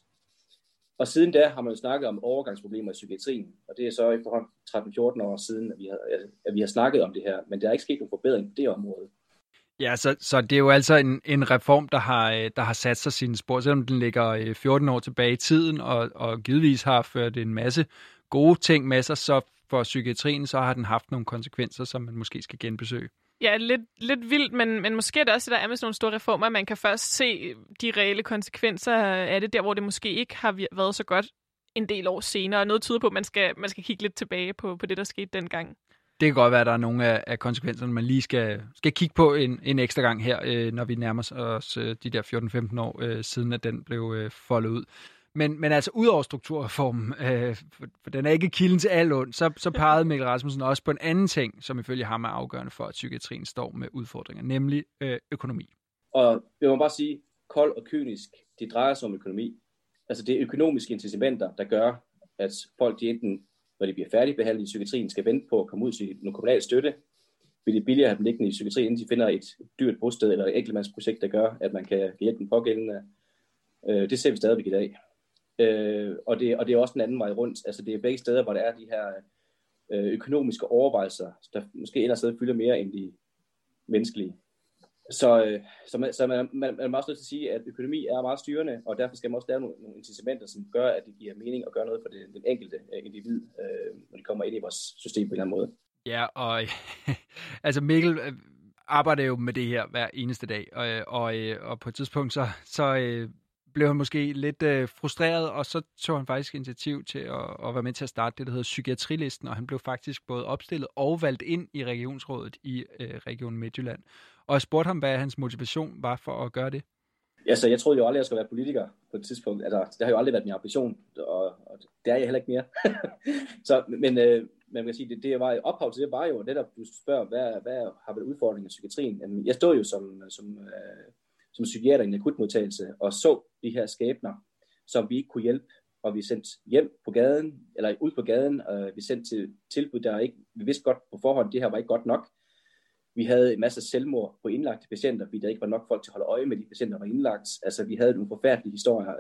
Og siden da har man jo snakket om overgangsproblemer i psykiatrien, og det er så efterhånden tretten fjorten år siden, at vi, har, at vi har snakket om det her, men der er ikke sket nogen forbedring på det område. Ja, så, så det er jo altså en, en reform, der har, der har sat sig sine spor, selvom den ligger fjorten år tilbage i tiden, og, og givetvis har ført en masse gode ting med sig, så for psykiatrien, så har den haft nogle konsekvenser, som man måske skal genbesøge. Ja, lidt, lidt vildt, men, men måske er det også, der er med sådan nogle store reformer, man kan først se de reelle konsekvenser af det, der hvor det måske ikke har været så godt en del år senere, og noget tyder på, at man skal, man skal kigge lidt tilbage på, på det, der skete dengang. Det kan godt være, at der er nogle af, af konsekvenserne, man lige skal, skal kigge på en, en ekstra gang her, øh, når vi nærmer os øh, de der fjorten femten år øh, siden, at den blev øh, foldet ud. Men, men altså, ud over strukturreformen, øh, for, for den er ikke kilden til al ondt, så, så pegede Mikkel Rasmussen også på en anden ting, som ifølge ham er afgørende for, at psykiatrien står med udfordringer, nemlig øh, økonomi. Og jeg må bare sige, kold og kynisk, det drejer sig om økonomi. Altså det er økonomiske incitamenter, der gør, at folk, de enten, når de bliver færdigbehandlet i psykiatrien, skal vente på at komme ud til noget kommunal støtte. Vil det billigere at have dem liggende i psykiatrien, inden de finder et dyrt bosted eller et enkeltmandsprojekt, der gør, at man kan hjælpe den pågældende. Øh, det ser vi stadigvæk i dag. Øh, og, det, og det er også den anden vej rundt. Altså det er begge steder, hvor der er de her øh, økonomiske overvejelser, der måske ellers fylder mere end de menneskelige. Så, øh, så, man, så man, man, man er også nødt til at sige, at økonomi er meget styrende, og derfor skal man også lave nogle, nogle incitamenter, som gør, at det giver mening at gøre noget for det, den enkelte øh, individ, øh, når de kommer ind i vores system på en eller anden måde. Ja, og altså Mikkel arbejder jo med det her hver eneste dag, og, og, og på et tidspunkt så... så øh, blev han måske lidt øh, frustreret, og så tog han faktisk initiativ til at, at være med til at starte det, der hedder Psykiatrilisten, og han blev faktisk både opstillet og valgt ind i regionsrådet i øh, Region Midtjylland. Og jeg spurgte ham, hvad hans motivation var for at gøre det. Ja, så jeg troede jo aldrig, at jeg skulle være politiker på et tidspunkt. Altså, det har jo aldrig været min ambition, og, og det er jeg heller ikke mere. så, men øh, man kan sige, det, det var ophav til det var jo netop, du spørger, hvad, hvad har været udfordringen i psykiatrien? Jamen, jeg stod jo som, som, øh, som psykiater i en akutmodtagelse og så de her skæbner, som vi ikke kunne hjælpe, og vi sendte hjem på gaden, eller ud på gaden, og vi sendte til tilbud, der ikke, vi vidste godt på forhånd, det her var ikke godt nok. Vi havde en masse selvmord på indlagte patienter, fordi der ikke var nok folk til at holde øje med de patienter, der var indlagt. Altså, vi havde nogle forfærdelige historier.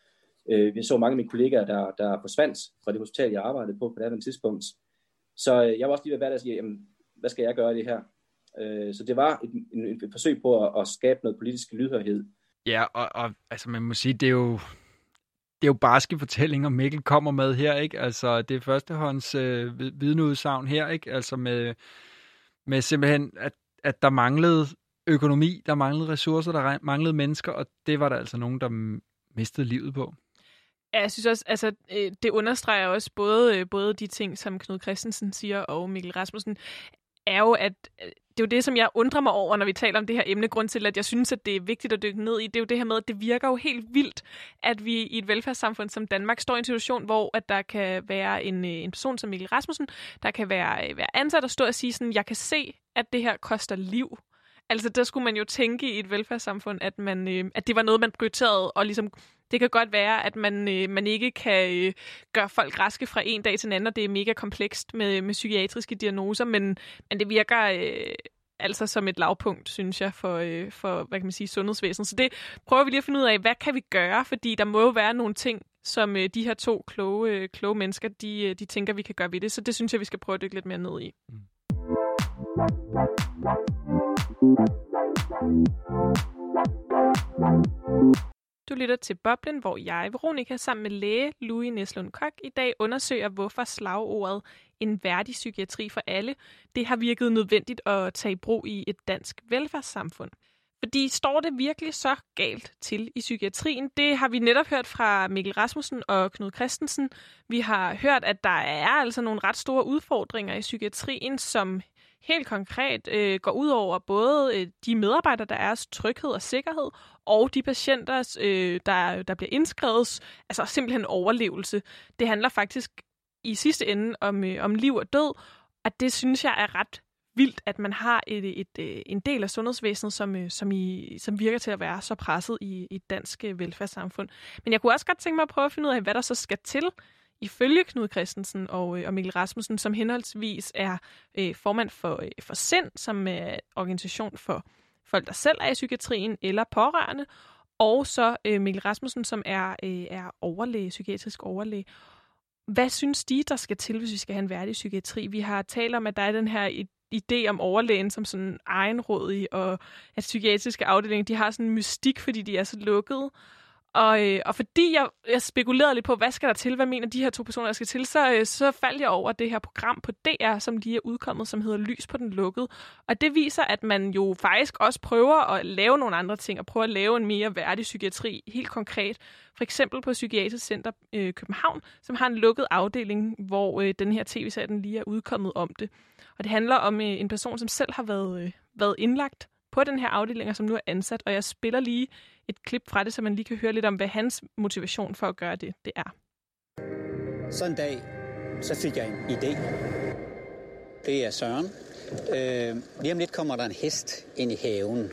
Vi så mange af mine kollegaer, der, der forsvandt fra det hospital, jeg arbejdede på på det her tidspunkt. Så jeg var også lige ved at være der og sige, jamen, hvad skal jeg gøre i det her? Så det var et, et, et forsøg på at, at skabe noget politisk lydhørhed. Ja, og, og altså, man må sige, det er jo, det er jo barske fortællinger, Mikkel kommer med her, ikke? Altså, det er førstehånds øh, vidneudsagn her, ikke? Altså med... med simpelthen, at, at der manglede økonomi, der manglede ressourcer, der manglede mennesker, og det var der altså nogen, der mistede livet på. Ja, jeg synes også, altså, det understreger også både, både de ting, som Knud Kristensen siger, og Mikkel Rasmussen, er jo, at det er jo det, som jeg undrer mig over, når vi taler om det her emne. Grund til, at jeg synes, at det er vigtigt at dykke ned i, det er jo det her med, at det virker jo helt vildt, at vi i et velfærdssamfund som Danmark står i en situation, hvor at der kan være en, en person som Mikkel Rasmussen, der kan være, være ansat og stå og sige sådan, jeg kan se, at det her koster liv. Altså, der skulle man jo tænke i et velfærdssamfund, at, man, øh, at det var noget, man prioriterede, og ligesom, det kan godt være, at man, øh, man ikke kan øh, gøre folk raske fra en dag til en anden, og det er mega komplekst med, med psykiatriske diagnoser, men, men det virker øh, altså som et lavpunkt, synes jeg, for, øh, for hvad kan man sige, sundhedsvæsenet. Så det prøver vi lige at finde ud af, hvad kan vi gøre, fordi der må jo være nogle ting, som øh, de her to kloge, øh, kloge mennesker, de, de tænker, vi kan gøre ved det. Så det synes jeg, vi skal prøve at dykke lidt mere ned i. Mm. Du lytter til Boblen, hvor jeg, Veronica, sammen med læge Louis Næslund Koch, i dag undersøger, hvorfor slagordet en værdig psykiatri for alle, det har virket nødvendigt at tage i brug i et dansk velfærdssamfund. Fordi står det virkelig så galt til i psykiatrien? Det har vi netop hørt fra Mikkel Rasmussen og Knud Kristensen. Vi har hørt, at der er altså nogle ret store udfordringer i psykiatrien, som helt konkret øh, går ud over både øh, de medarbejdere, der er tryghed og sikkerhed, og de patienter, øh, der, der bliver indskrevet, altså simpelthen overlevelse. Det handler faktisk i sidste ende om, øh, om liv og død, og det synes jeg er ret vildt, at man har et, et, et, en del af sundhedsvæsenet, som, som, i, som virker til at være så presset i, i et dansk velfærdssamfund. Men jeg kunne også godt tænke mig at prøve at finde ud af, hvad der så skal til, ifølge Knud Kristensen og, og Mikkel Rasmussen, som henholdsvis er øh, formand for, øh, for SIND, som er organisation for folk, der selv er i psykiatrien eller pårørende, og så øh, Mikkel Rasmussen, som er, øh, er overlæge, psykiatrisk overlæge. Hvad synes de, der skal til, hvis vi skal have en værdig psykiatri? Vi har talt om, at der er den her idé om overlægen som sådan egenrådig, og at psykiatriske afdelinger, de har sådan en mystik, fordi de er så lukkede. Og, øh, og fordi jeg, jeg spekulerede lidt på, hvad skal der til, hvad mener de her to personer, der skal til, så, øh, så faldt jeg over det her program på D R, som lige er udkommet, som hedder Lys på den lukkede. Og det viser, at man jo faktisk også prøver at lave nogle andre ting, og prøver at lave en mere værdig psykiatri, helt konkret. For eksempel på Psykiatrisk Center øh, København, som har en lukket afdeling, hvor øh, den her tv-serie den lige er udkommet om det. Og det handler om øh, en person, som selv har været, øh, været indlagt på den her afdeling, som nu er ansat, og jeg spiller lige et klip fra det, så man lige kan høre lidt om, hvad hans motivation for at gøre det, det er. Så en dag, så fik jeg en idé. Det er Søren. Øh, lige om lidt kommer der en hest ind i haven.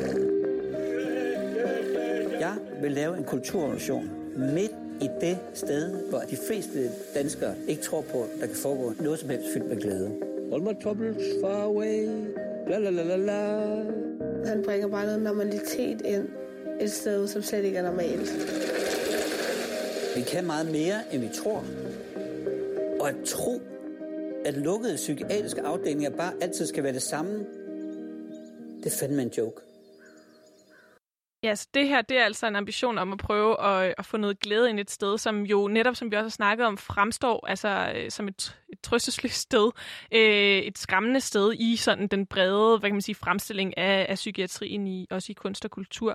Jeg vil lave en kulturrevolution midt i det sted, hvor de fleste danskere ikke tror på, der kan foregå noget som helst fyldt med glæde. All my troubles far away. La, la, la, la, la. Han bringer bare noget normalitet ind et sted, som slet ikke er normalt. Vi kan meget mere, end vi tror. Og at tro, at lukkede psykiatriske afdelinger bare altid skal være det samme, det er fandme en joke. Ja, så det her, det er altså en ambition om at prøve at, at få noget glæde ind et sted, som jo netop, som vi også har snakket om, fremstår altså øh, som et, et trøstesløst sted, øh, et skræmmende sted i sådan den brede, hvad kan man sige, fremstilling af, af psykiatrien, i, også i kunst og kultur.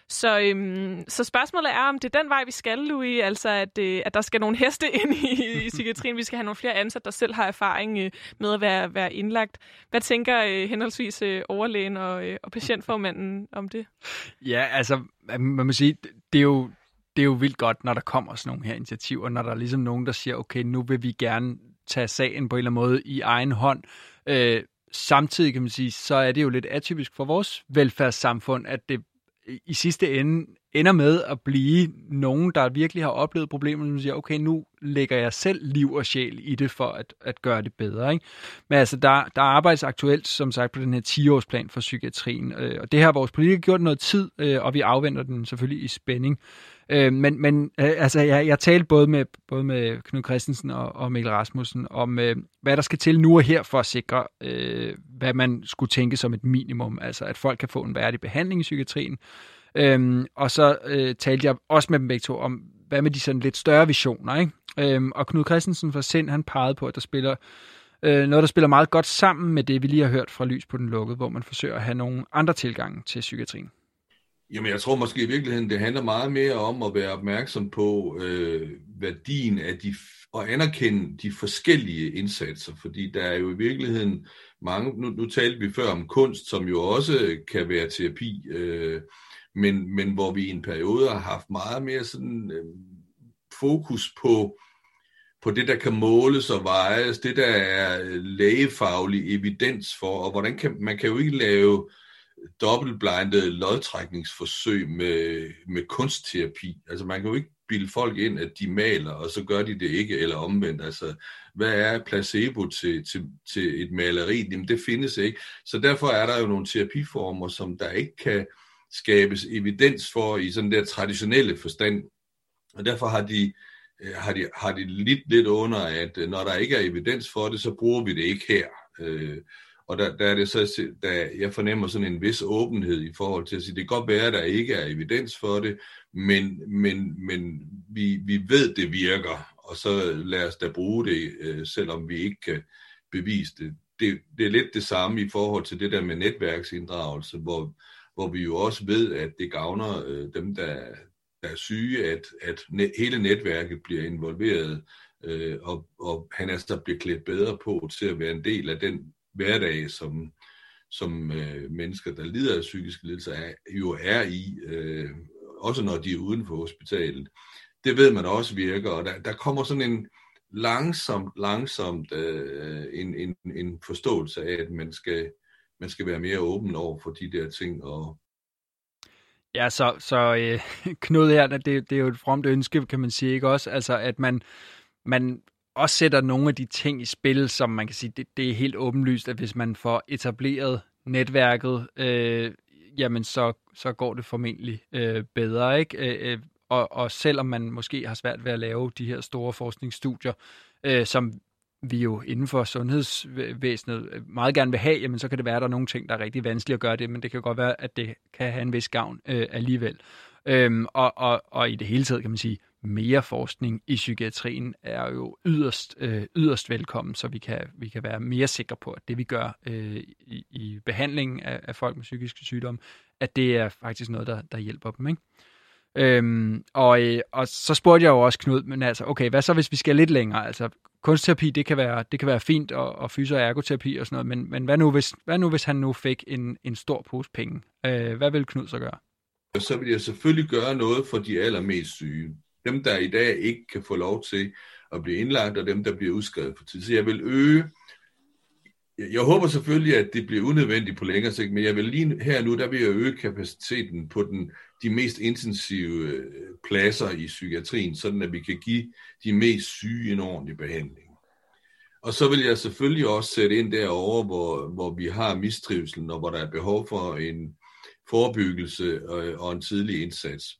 Så, øhm, så spørgsmålet er, om det er den vej, vi skal, Louis, altså at, øh, at der skal nogle heste ind i, i psykiatrien. Vi skal have nogle flere ansatte, der selv har erfaring øh, med at være, være indlagt. Hvad tænker øh, henholdsvis øh, overlægen og, øh, og patientformanden om det? Ja, altså, man må sige, det er jo, det er jo vildt godt, når der kommer sådan nogle her initiativer, når der er ligesom nogen, der siger, okay, nu vil vi gerne tage sagen på en eller anden måde i egen hånd. Øh, samtidig kan man sige, så er det jo lidt atypisk for vores velfærdssamfund, at det i sidste ende ender med at blive nogen, der virkelig har oplevet problemer, som siger, okay, nu lægger jeg selv liv og sjæl i det for at, at gøre det bedre. Ikke? Men altså, der, der arbejdes aktuelt, som sagt, på den her ti-årsplan for psykiatrien, øh, og det har vores politikere gjort noget tid, øh, og vi afventer den selvfølgelig i spænding. Øh, men men øh, altså, jeg, jeg talte både med, både med Knud Christensen og, og Mikkel Rasmussen om, øh, hvad der skal til nu og her for at sikre, øh, hvad man skulle tænke som et minimum, altså at folk kan få en værdig behandling i psykiatrien. Øhm, og så øh, talte jeg også med dem begge to om, hvad med de sådan lidt større visioner, ikke? Øhm, og Knud Christensen fra Sind, han pegede på, at der spiller øh, noget, der spiller meget godt sammen med det, vi lige har hørt fra Lys på den lukkede, hvor man forsøger at have nogle andre tilgange til psykiatrien. Jamen, jeg tror måske i virkeligheden, det handler meget mere om at være opmærksom på øh, værdien af de, og anerkende de forskellige indsatser, fordi der er jo i virkeligheden mange, nu, nu talte vi før om kunst, som jo også kan være terapi, øh, men, men hvor vi i en periode har haft meget mere sådan øh, fokus på, på det, der kan måles og vejes, det der er lægefaglig evidens for, og hvordan kan, man kan jo ikke lave dobbeltblindede lodtrækningsforsøg med, med kunstterapi. Altså man kan jo ikke bilde folk ind, at de maler, og så gør de det ikke, eller omvendt. Altså, hvad er placebo til, til, til et maleri? Jamen, det findes ikke. Så derfor er der jo nogle terapiformer, som der ikke kan skabes evidens for i sådan der traditionelle forstand. Og derfor har de, har de, har de lidt lidt under, at når der ikke er evidens for det, så bruger vi det ikke her. Og der, der er det så, der jeg fornemmer sådan en vis åbenhed i forhold til at sige, det kan godt være, at der ikke er evidens for det, men, men, men vi, vi ved, det virker, og så lad os da bruge det, selvom vi ikke kan bevise det. Det, det er lidt det samme i forhold til det der med netværksinddragelse, hvor, hvor vi jo også ved, at det gavner dem, der, der er syge, at, at net, hele netværket bliver involveret, og, og han altså bliver klædt bedre på til at være en del af den hverdag, som, som øh, mennesker, der lider af psykiske lidelser, er, jo er i, øh, også når de er uden for hospitalet. Det ved man også virker, og der, der kommer sådan en langsomt, langsomt øh, en, en, en forståelse af, at man skal, man skal være mere åben over for de der ting. Og ja, så, så øh, Knud her, det, det er jo et fromt ønske, kan man sige, ikke også? Altså, at man, man også sætter nogle af de ting i spil, som man kan sige, det, det er helt åbenlyst, at hvis man får etableret netværket, øh, jamen så, så går det formentlig øh, bedre, ikke? Øh, og, og selvom man måske har svært ved at lave de her store forskningsstudier, øh, som vi jo inden for sundhedsvæsenet meget gerne vil have, jamen så kan det være, at der er nogle ting, der er rigtig vanskelige at gøre det, men det kan godt være, at det kan have en vis gavn øh, alligevel. Øhm, og, og, og i det hele taget kan man sige, mere forskning i psykiatrien er jo yderst, øh, yderst velkommen, så vi kan, vi kan være mere sikre på, at det vi gør øh, i, i behandlingen af, af folk med psykiske sygdomme, at det er faktisk noget, der, der hjælper dem, ikke? Øhm, og, øh, og så spurgte jeg jo også Knud, men altså, okay, hvad så hvis vi skal lidt længere? Altså, kunstterapi, det kan være, det kan være fint, og, og fysio- og ergoterapi og sådan noget, men, men hvad, nu, hvis, hvad nu hvis han nu fik en, en stor pose penge? Øh, hvad vil Knud så gøre? Så vil jeg selvfølgelig gøre noget for de allermest syge. Dem, der i dag ikke kan få lov til at blive indlagt, og dem, der bliver udskrevet for tid. Så jeg vil øge, jeg håber selvfølgelig, at det bliver unødvendigt på længere sigt, men jeg vil lige her nu, der vil jeg øge kapaciteten på den, de mest intensive pladser i psykiatrien, sådan at vi kan give de mest syge en ordentlig behandling. Og så vil jeg selvfølgelig også sætte ind derovre, hvor, hvor vi har mistrivselen, og hvor der er behov for en forebyggelse og en tidlig indsats.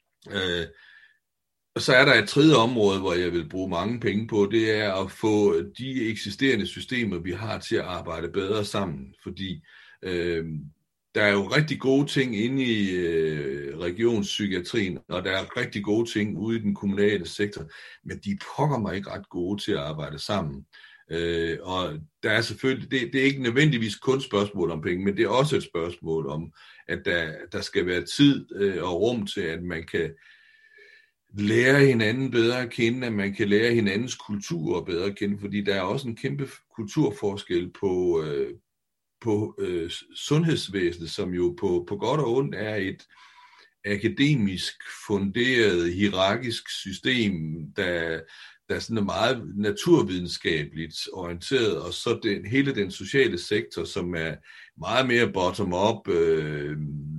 Og så er der et tredje område, hvor jeg vil bruge mange penge på, det er at få de eksisterende systemer, vi har, til at arbejde bedre sammen. Fordi øh, der er jo rigtig gode ting inde i øh, regionspsykiatrien, og der er rigtig gode ting ude i den kommunale sektor, men de pokker mig ikke ret gode til at arbejde sammen. Øh, og der er selvfølgelig, det, det er ikke nødvendigvis kun et spørgsmål om penge, men det er også et spørgsmål om, at der, der skal være tid øh, og rum til, at man kan lære hinanden bedre at kende, at man kan lære hinandens kulturer bedre at kende, fordi der er også en kæmpe kulturforskel på, øh, på øh, sundhedsvæsenet, som jo på, på godt og ondt er et akademisk funderet, hierarkisk system, der, der sådan er meget naturvidenskabeligt orienteret, og så den, hele den sociale sektor, som er meget mere bottom-up, øh,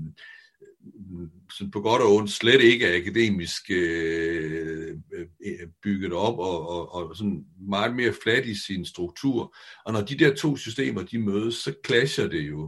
på godt og ondt slet ikke er akademisk øh, bygget op, og, og, og sådan meget mere flat i sin struktur. Og når de der to systemer, de mødes, så clasher det jo.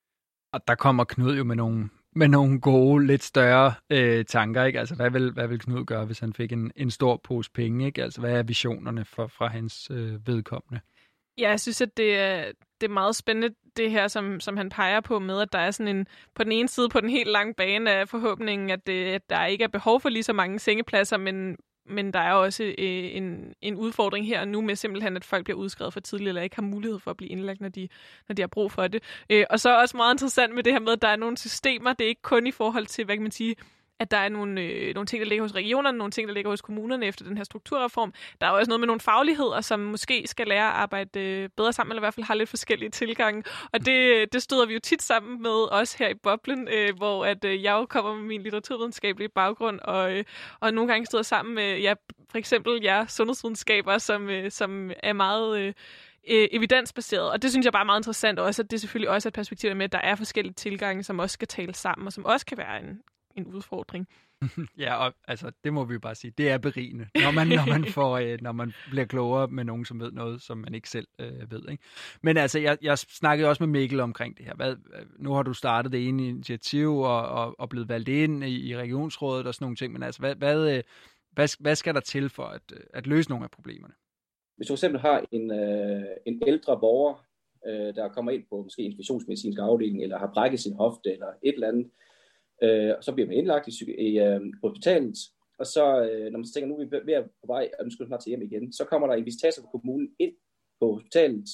Og der kommer Knud jo med nogle, med nogle gode, lidt større øh, tanker, ikke? Altså, hvad vil, hvad vil Knud gøre, hvis han fik en, en stor pose penge, ikke? Altså, hvad er visionerne for, fra hans øh, vedkommende? Ja, jeg synes, at det er, det er meget spændende, det her, som, som han peger på med, at der er sådan en, på den ene side, på den helt lange bane af forhåbningen, at, det, at der ikke er behov for lige så mange sengepladser, men, men der er også øh, en, en udfordring her og nu med simpelthen, at folk bliver udskrevet for tidligt, eller ikke har mulighed for at blive indlagt, når de, når de har brug for det. Øh, og så også meget interessant med det her med, at der er nogle systemer, det er ikke kun i forhold til, hvad kan man sige, at der er nogle, øh, nogle ting, der ligger hos regionerne, nogle ting, der ligger hos kommunerne efter den her strukturreform. Der er også noget med nogle fagligheder, som måske skal lære at arbejde øh, bedre sammen, eller i hvert fald har lidt forskellige tilgange. Og det, det støder vi jo tit sammen med os her i Boblen, øh, hvor at, øh, jeg jo kommer med min litteraturvidenskabelige baggrund, og, øh, og nogle gange støder sammen med ja, for eksempel jer sundhedsvidenskaber, som, øh, som er meget Øh, evidensbaseret, og det synes jeg bare er meget interessant også, at det selvfølgelig også er et perspektiv med, at der er forskellige tilgange, som også skal tale sammen, og som også kan være en, en udfordring. Ja, og altså, det må vi jo bare sige, det er berigende, når man, når man, får, øh, når man bliver klogere med nogen, som ved noget, som man ikke selv øh, ved. Ikke? Men altså, jeg, jeg snakkede også med Mikkel omkring det her. Hvad, nu har du startet det ene initiativ, og, og, og blevet valgt ind i, i regionsrådet og sådan nogle ting, men altså, hvad, hvad, hvad, hvad skal der til for at, at løse nogle af problemerne? Hvis du eksempel har en, øh, en ældre borger, øh, der kommer ind på måske infektionsmedicinsk afdeling, eller har brækket sin hofte, eller et eller andet, øh, og så bliver man indlagt i, i øh, hospitalet, og så, øh, når man tænker, nu er vi ved at på vej, og nu skal du snart til hjem igen, så kommer der en visitator fra kommunen ind på hospitalet,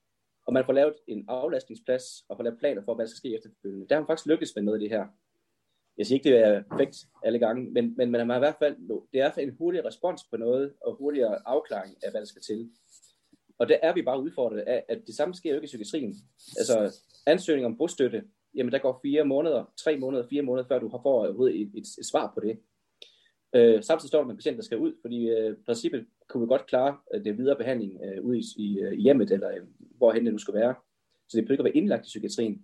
og man får lavet en aflastningsplads, og får lavet planer for, hvad der skal ske efterfølgende. Der har man faktisk lykkes med noget af det her. Jeg siger ikke, det er perfekt alle gange, men, men man har i hvert fald, det er en hurtigere respons på noget, og hurtigere afklaring af, hvad der skal til. Og der er vi bare udfordret af, at det samme sker jo ikke i psykiatrien. Altså ansøgning om bostøtte, jamen der går fire måneder, tre måneder, fire måneder, før du har fået et, et, et svar på det. Øh, samtidig står der med patienter, der skal ud, fordi øh, i princippet kunne vi godt klare øh, det videre behandling øh, ude i, i, i hjemmet, eller øh, hvorhen det nu skal være. Så det behøver ikke at være indlagt i psykiatrien.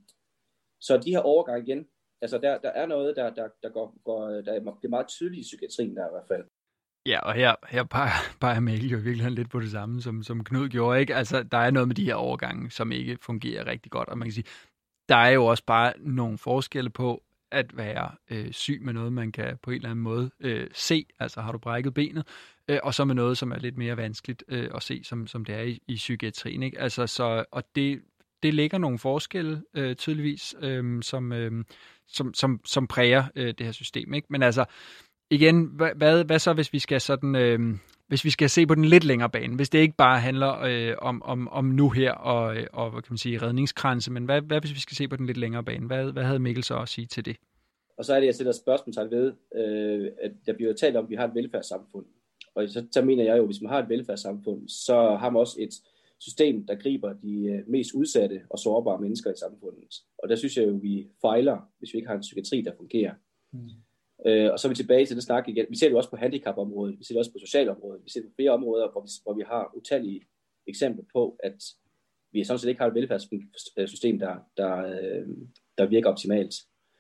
Så de her overgang igen, altså der, der er noget, der, der, der, går, går, der er meget tydeligt i psykiatrien der i hvert fald. Ja, og her, her peger, peger Mikkel jo virkelig lidt på det samme, som, som Knud gjorde, ikke? Altså, der er noget med de her overgange, som ikke fungerer rigtig godt, og man kan sige, der er jo også bare nogle forskelle på at være øh, syg med noget, man kan på en eller anden måde øh, se, altså har du brækket benet, øh, og så med noget, som er lidt mere vanskeligt øh, at se, som, som det er i, i psykiatrien, ikke? Altså, så, og det, det ligger nogle forskelle, øh, tydeligvis, øh, som, øh, som, som, som præger øh, det her system, ikke? Men altså, igen, hvad, hvad, hvad så, hvis vi skal sådan, øh, hvis vi skal se på den lidt længere bane, hvis det ikke bare handler øh, om, om, om nu her og, og hvad kan man sige, redningskranse, men hvad, hvad hvis vi skal se på den lidt længere bane? Hvad, hvad havde Mikkel så at sige til det? Og så er det, jeg sætter spørgsmålstegn ved, øh, at der bliver talt om, at vi har et velfærdssamfund. Og så, så mener jeg jo, at hvis man har et velfærdssamfund, så har man også et system, der griber de mest udsatte og sårbare mennesker i samfundet. Og der synes jeg jo, at vi fejler, hvis vi ikke har en psykiatri, der fungerer. Mm. Øh, og så er vi tilbage til det snak igen. Vi ser det jo også på handicapområdet, vi ser det også på socialområdet, vi ser det på flere områder, hvor vi, hvor vi har utallige eksempler på, at vi sådan set ikke har et velfærdssystem, der, der, der virker optimalt.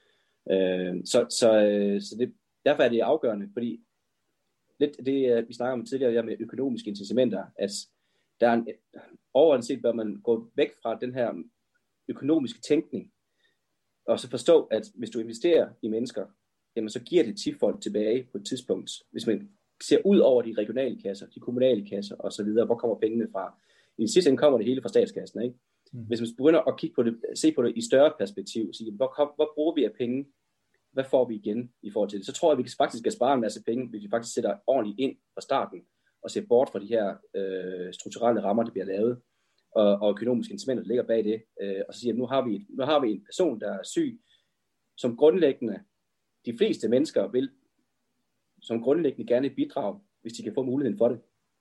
Øh, så så, så det, derfor er det afgørende, fordi lidt det, vi snakker om tidligere med økonomiske incitamenter, at der er en, overordnet set bør man gå væk fra den her økonomiske tænkning, og så forstå, at hvis du investerer i mennesker, jamen så giver det tifolk tilbage på et tidspunkt. Hvis man ser ud over de regionale kasser, de kommunale kasser osv., hvor kommer pengene fra? I sidste ende kommer det hele fra statskassen, ikke? Mm. Hvis man begynder at kigge på det, se på det i større perspektiv, sige, hvor, kom, hvor bruger vi af penge? Hvad får vi igen i forhold til det? Så tror jeg, at vi faktisk skal spare en masse penge, hvis vi faktisk sætter ordentligt ind fra starten, at se bort fra de her øh, strukturelle rammer, der bliver lavet, og, og økonomiske incitamenter, der ligger bag det, øh, og så siger, at nu har, vi, nu har vi en person, der er syg, som grundlæggende, de fleste mennesker vil, som grundlæggende gerne bidrage, hvis de kan få muligheden for det.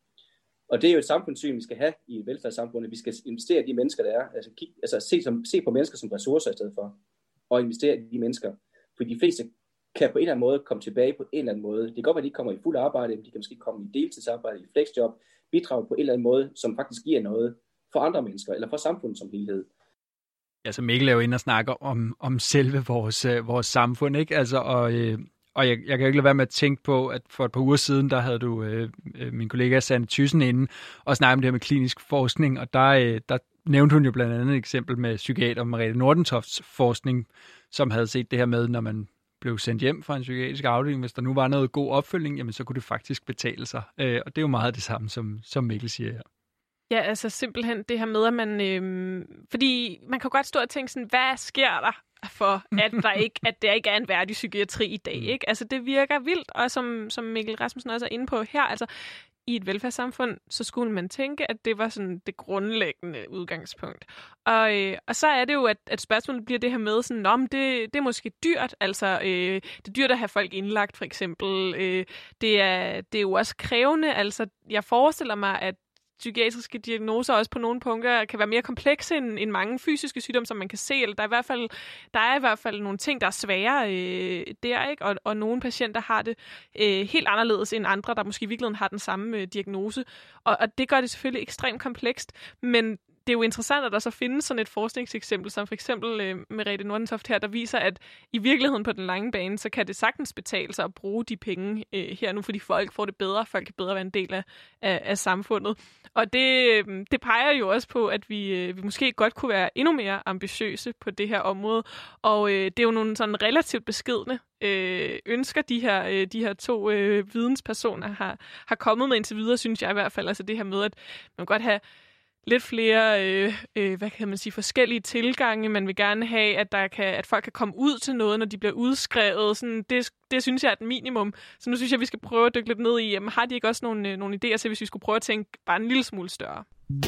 Og det er jo et samfundssyn, vi skal have i et velfærdssamfund, vi skal investere i de mennesker, der er, altså, kig, altså se, som, se på mennesker som ressourcer i stedet for, og investere i de mennesker, for de fleste kan på en eller anden måde komme tilbage på en eller anden måde. Det kan godt være, at de ikke kommer i fuld arbejde, men de kan måske komme i deltidsarbejde, i flexjob, bidrage på en eller anden måde, som faktisk giver noget for andre mennesker, eller for samfundet som helhed. Ja, så Mikkel er jo inde og snakker om, om selve vores, øh, vores samfund, ikke? Altså, og, øh, og jeg, jeg kan jo ikke lade være med at tænke på, at for et par uger siden, der havde du øh, min kollega Sanne Thyssen inde og snakke om det her med klinisk forskning, og der, øh, der nævnte hun jo blandt andet et eksempel med psykiater Merete Nordentofts forskning, som havde set det her med, når man blev sendt hjem fra en psykiatrisk afdeling, hvis der nu var noget god opfølgning, jamen så kunne det faktisk betale sig. Øh, og det er jo meget det samme, som, som Mikkel siger her. Ja, altså simpelthen det her med, at man... Øh, fordi man kan godt stå og tænke sådan, hvad sker der for, at der ikke, at der ikke er en værdig psykiatri i dag, ikke? Altså det virker vildt, og som, som Mikkel Rasmussen også er inde på her, altså i et velfærdssamfund, så skulle man tænke, at det var sådan det grundlæggende udgangspunkt. Og, øh, og så er det jo, at, at spørgsmålet bliver det her med, sådan, om det, det er måske dyrt, altså øh, det er dyrt at have folk indlagt, for eksempel. Øh, det, er, det er jo også krævende, altså jeg forestiller mig, at psykiatriske diagnoser også på nogle punkter kan være mere komplekse end, end mange fysiske sygdomme, som man kan se. Eller der er i hvert fald, der er i hvert fald nogle ting, der er svære øh, der, ikke? Og, og nogle patienter har det øh, helt anderledes end andre, der måske i virkeligheden har den samme øh, diagnose. Og, og det gør det selvfølgelig ekstremt komplekst, men det er jo interessant, at der så findes sådan et forskningseksempel, som for eksempel øh, Merete Nordentoft her, der viser, at i virkeligheden på den lange bane, så kan det sagtens betale sig at bruge de penge øh, her nu, fordi folk får det bedre, folk kan bedre være en del af, af, af samfundet. Og det, øh, det peger jo også på, at vi, øh, vi måske godt kunne være endnu mere ambitiøse på det her område. Og øh, det er jo nogle sådan relativt beskedne øh, ønsker, de her, øh, de her to øh, videnspersoner har, har kommet med indtil videre, synes jeg i hvert fald. Altså det her med, at man godt have lidt flere, øh, øh, hvad kan man sige, forskellige tilgange. Man vil gerne have, at, der kan, at folk kan komme ud til noget, når de bliver udskrevet. Sådan, det, det synes jeg er et minimum. Så nu synes jeg, at vi skal prøve at dykke lidt ned i, jamen, har de ikke også nogle, øh, nogle idéer til, hvis vi skulle prøve at tænke bare en lille smule større?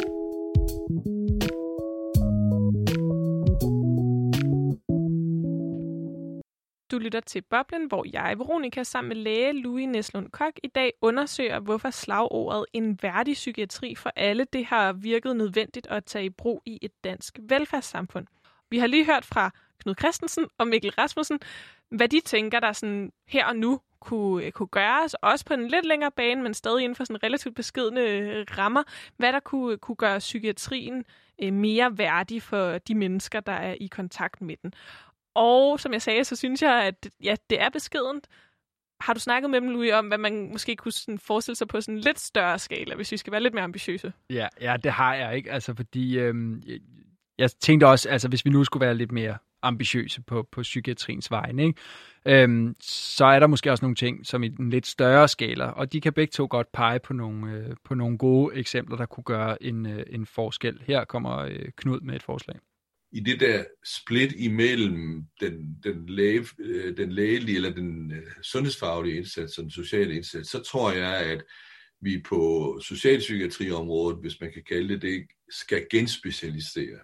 Du lytter til Boblen, hvor jeg, Veronica, sammen med læge Louis Neslund Koch, i dag undersøger, hvorfor slagordet en værdig psykiatri for alle, det har virket nødvendigt at tage i brug i et dansk velfærdssamfund. Vi har lige hørt fra Knud Christensen og Mikkel Rasmussen, hvad de tænker, der sådan her og nu kunne, kunne gøres, også på en lidt længere bane, men stadig inden for sådan relativt beskedne rammer, hvad der kunne, kunne gøre psykiatrien mere værdig for de mennesker, der er i kontakt med den. Og som jeg sagde, så synes jeg, at ja, det er beskedent. Har du snakket med dem, Louis, om, hvad man måske kunne sådan forestille sig på sådan en lidt større skala, hvis vi skal være lidt mere ambitiøse? Ja, ja, det har jeg ikke. Altså, fordi øhm, jeg, jeg tænkte også, altså, hvis vi nu skulle være lidt mere ambitiøse på, på psykiatriens vegne, ikke? Øhm, så er der måske også nogle ting, som i en lidt større skala, og de kan begge to godt pege på nogle, øh, på nogle gode eksempler, der kunne gøre en, øh, en forskel. Her kommer øh, Knud med et forslag. I det der split imellem den, den, læge, den lægelige eller den sundhedsfaglige indsats og den sociale indsats, så tror jeg, at vi på socialpsykiatriområdet, hvis man kan kalde det det, skal genspecialisere.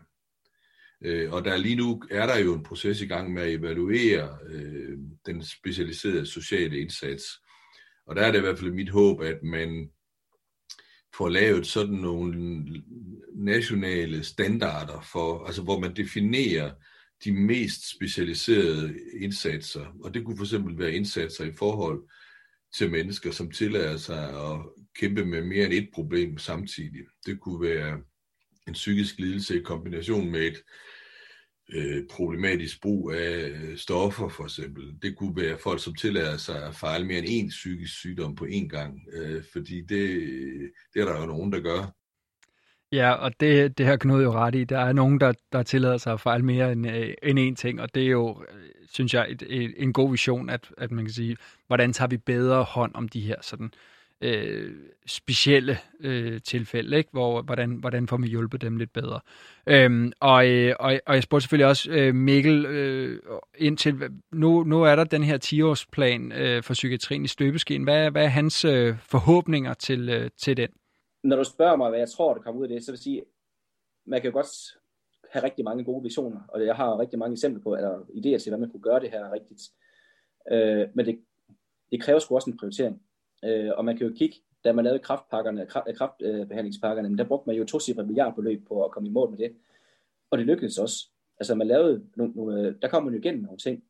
Og der lige nu er der jo en proces i gang med at evaluere øh, den specialiserede sociale indsats. Og der er det i hvert fald mit håb, at man får lavet sådan nogle nationale standarder for, altså hvor man definerer de mest specialiserede indsatser. Og det kunne for eksempel være indsatser i forhold til mennesker, som tillader sig at kæmpe med mere end et problem samtidig. Det kunne være en psykisk lidelse i kombination med et øh, problematisk brug af stoffer for eksempel. Det kunne være folk, som tillader sig at fejle mere end én psykisk sygdom på én gang, øh, fordi det, det er der jo nogen, der gør. Ja, og det, det har Knud jo ret i. Der er nogen, der, der tillader sig at fejle mere end, øh, end én ting, og det er jo, synes jeg, et, et, en god vision, at, at man kan sige, hvordan tager vi bedre hånd om de her sådan øh, specielle øh, tilfælde, ikke? Hvor, hvordan, hvordan får man hjulpet dem lidt bedre. Øhm, og, øh, og, og jeg spurgte selvfølgelig også øh, Mikkel øh, indtil, nu, nu er der den her ti-årsplan øh, for psykiatrien i støbeskeen. Hvad, hvad er hans øh, forhåbninger til, øh, til den? Når du spørger mig, hvad jeg tror, der kommer ud af det, så vil jeg sige, man kan jo godt have rigtig mange gode visioner, og jeg har rigtig mange eksempler på, eller idéer til, hvad man kunne gøre det her rigtigt. Øh, men det, det kræver sgu også en prioritering. Øh, og man kan jo kigge, da man lavede kraftpakkerne, kraft, kraftbehandlingspakkerne, men der brugte man jo to cifre milliardbeløb på at komme i mål med det. Og det lykkedes også. Altså man lavede, nogle, nogle, der kom man jo igennem nogle ting.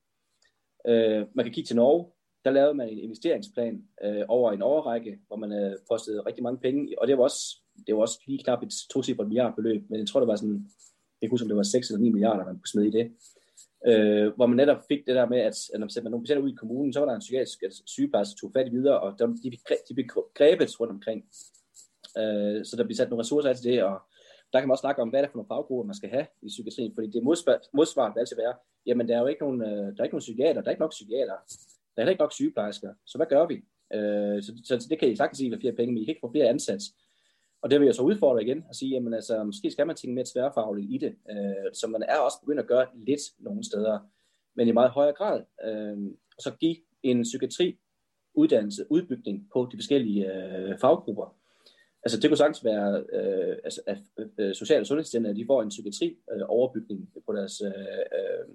Øh, man kan kigge til Norge, der lavede man en investeringsplan øh, over en årrække, hvor man øh, postede rigtig mange penge, og det var også, det var også lige knap et to cifre milliardbeløb, men jeg tror, det var sådan, jeg kan huske, om det var seks eller ni milliarder, man kunne smide i det. Øh, hvor man netop fik det der med, at når man sætter nogle patienter ud i kommunen, så var der en psykiatrisk altså, sygeplejerske, der tog fat i videre, og de, de, de blev grebet rundt omkring. Øh, så der bliver sat nogle ressourcer af til det, og der kan man også snakke om, hvad er det for nogle faggrupper, man skal have i psykiatrien, fordi det modsvaret vil altid være, jamen der er jo ikke nogen, der er ikke nogen psykiater, der er ikke nok psykiater, der er heller ikke nok sygeplejersker, så hvad gør vi? Øh, så, så, så det kan I sagtens sige med flere penge, men I kan ikke få flere ansat. Og det vil jeg så udfordre igen og sige, jamen altså, måske skal man tænke mere tværfagligt i det, øh, så man er også begyndt at gøre lidt nogle steder, men i meget højere grad. Øh, og så give en psykiatri-uddannelse, udbygning på de forskellige øh, faggrupper. Altså det kunne sagtens være, øh, altså, at øh, sociale og sundhedstjenester, de får en psykiatri-overbygning øh, på deres... Øh, øh,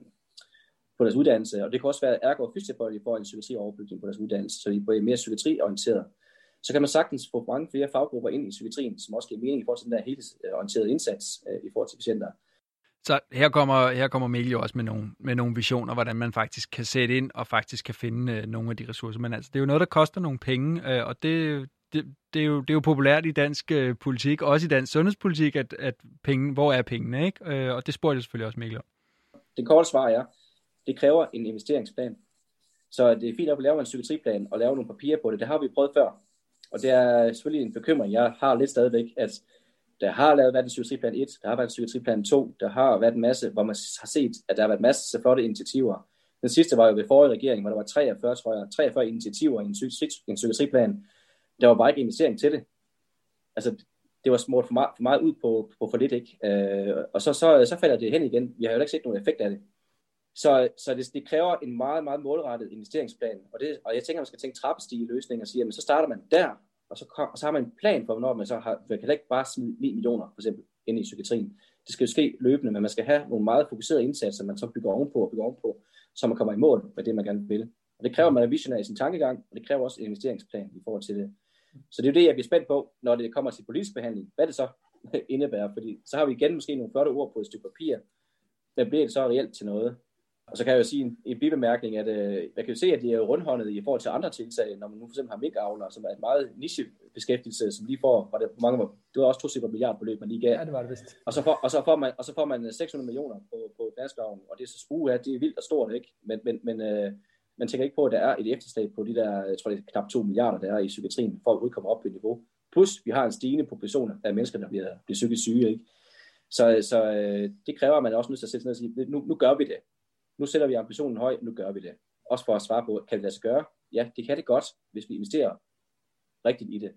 på deres uddannelse, og det kan også være ergo- og fysioterapeuter, de får en psykiatri-overbygning på deres uddannelse, så de bliver mere psykiatriorienteret. Så kan man sagtens få mange flere faggrupper ind i psykiatrien, som også giver mening i forhold til den der helhedsorienterede indsats øh, i forhold til patienter. Så her kommer, her kommer Mikkel jo også med nogle, med nogle visioner, hvordan man faktisk kan sætte ind og faktisk kan finde øh, nogle af de ressourcer. Men altså, det er jo noget, der koster nogle penge, øh, og det, det, det, er jo, det er jo populært i dansk øh, politik, også i dansk sundhedspolitik, at, at penge, hvor er pengene, ikke? Øh, og det spurgte jeg selvfølgelig også Mikkel om. Det korte svar er, det kræver en investeringsplan. Så det er fint at lave en psykiatriplan og lave nogle papirer på det. Det har vi prøvet før. Og det er selvfølgelig en bekymring, jeg har lidt stadigvæk, at der har lavet været en psykiatriplan et, der har været en psykiatriplan to, der har været en masse, hvor man har set, at der har været masser af flotte initiativer. Den sidste var jo ved forrige regering, hvor der var treogfyrre, tror jeg, treogfyrre initiativer i en, psykiatri, en psykiatriplan. Der var bare ikke investering til det. Altså, det var smurt for meget, for meget ud på, på for lidt, ikke? Øh, og så, så, så falder det hen igen. Vi har jo ikke set nogen effekt af det. Så, så det, det kræver en meget, meget målrettet investeringsplan. Og, det, og jeg tænker, man skal tænke trappestige løsninger og sige, jamen så starter man der, og så, kom, og så har man en plan for, hvornår man så har, man kan ikke bare smide ni millioner, for eksempel, ind i psykiatrien. Det skal jo ske løbende, men man skal have nogle meget fokuserede indsatser, man så bygger ovenpå og bygger ovenpå, så man kommer i mål med det, man gerne vil. Og det kræver, at man er visionær i sin tankegang, og det kræver også en investeringsplan i forhold til det. Så det er jo det, jeg bliver spændt på, når det kommer til politisk behandling. Hvad det så indebærer, fordi så har vi igen måske nogle flotte ord på et stykke papir, men bliver det så reelt til noget? Og så kan jeg jo sige en, en bibemærkning, at øh, jeg kan jo se, at de er rundhåndet i forhold til andre tiltag, når man nu for eksempel har minkavlere, som er et meget nichebeskæftigelse, som lige får, var det mange, det var også to cifre milliardbeløb, man lige gav. Ja, det var det vist. Og så får, og så får man, og så får man seks hundrede millioner på, på finansloven, og det er så uha, det er vildt og stort, ikke? Men, men, men øh, man tænker ikke på, at der er et efterslæb på de der, jeg tror det er knap to milliarder, der er i psykiatrien, for at udkomme op på et niveau. Plus, vi har en stigende population af mennesker, der bliver, bliver psykisk syge, ikke? Så, så øh, det kræver, at man også nødt til at sætte sig ned og sige, nu, nu gør vi det. Nu sætter vi ambitionen højt, nu gør vi det. Også for at svare på, kan det lade sig gøre? Ja, det kan det godt, hvis vi investerer rigtigt i det.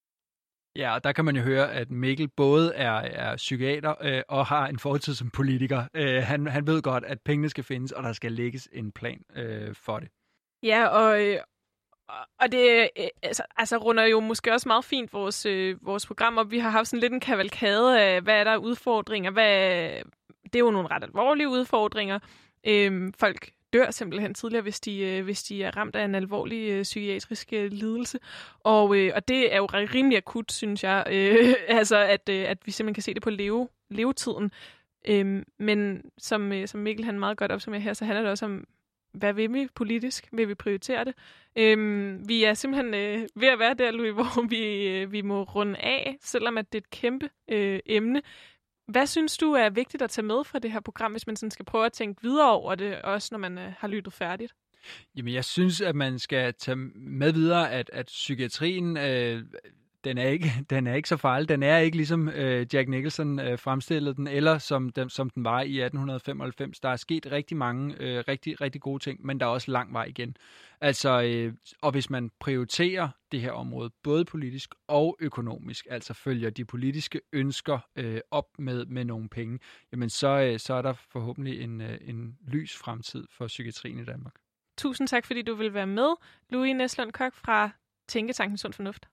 Ja, og der kan man jo høre, at Mikkel både er, er psykiater øh, og har en fortid som politiker. Øh, han, han ved godt, at pengene skal findes, og der skal lægges en plan øh, for det. Ja, og, og det øh, altså, altså runder jo måske også meget fint vores, øh, vores program, og vi har haft sådan lidt en kavalkade af, hvad er der udfordringer? Hvad, det er jo nogle ret alvorlige udfordringer. Øhm, folk dør simpelthen tidligere, hvis de, øh, hvis de er ramt af en alvorlig øh, psykiatrisk øh, lidelse. Og, øh, og det er jo rimelig akut, synes jeg. Øh, altså, at, øh, at vi simpelthen kan se det på leve, levetiden. Øhm, men som, øh, som Mikkel han meget godt opsummerer her, så handler det også om, hvad vil vi politisk? Vil vi prioritere det? Øhm, vi er simpelthen øh, ved at være der, Louis, hvor vi, øh, vi må runde af, selvom at det er et kæmpe øh, emne. Hvad synes du er vigtigt at tage med fra det her program, hvis man sådan skal prøve at tænke videre over det, også når man øh, har lyttet færdigt? Jamen, jeg synes, at man skal tage med videre, at, at psykiatrien, øh, den, er ikke, den er ikke så farlig. Den er ikke ligesom øh, Jack Nicholson øh, fremstillede den, eller som den, som den var i atten femoghalvfems. Der er sket rigtig mange øh, rigtig, rigtig gode ting, men der er også lang vej igen. Altså, øh, og hvis man prioriterer det her område, både politisk og økonomisk, altså følger de politiske ønsker øh, op med, med nogle penge, jamen så, øh, så er der forhåbentlig en, øh, en lys fremtid for psykiatrien i Danmark. Tusind tak, fordi du vil være med, Louis Næslund Koch fra Tænketanken Sund Fornuft.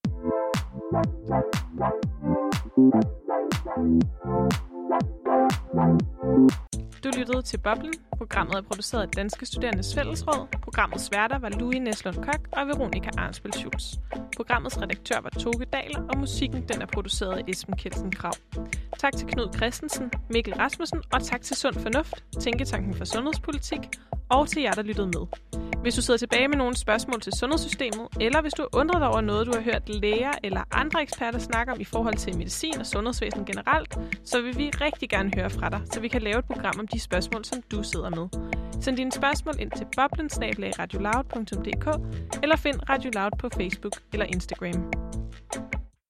Du lyttede til Boblen. Programmet er produceret af Danske Studerendes Fællesråd. Programmets værter var Louis Næslund Koch og Veronika Arnsbøl Schulz. Programmets redaktør var Toge Dahler, og musikken den er produceret af Esben Kelsen Krav. Tak til Knud Christensen, Mikkel Rasmussen, og tak til Sund Fornuft, Tænketanken for Sundhedspolitik, og til jer, der lyttede med. Hvis du sidder tilbage med nogle spørgsmål til sundhedssystemet, eller hvis du har undret dig over noget, du har hørt læger eller andre eksperter snakke om i forhold til medicin og sundhedsvæsen generelt, så vil vi rigtig gerne høre fra dig, så vi kan lave et program om de spørgsmål, som du sidder med. Send dine spørgsmål ind til boblen bindestreg radioloud punktum d k eller find Radio Loud på Facebook eller Instagram.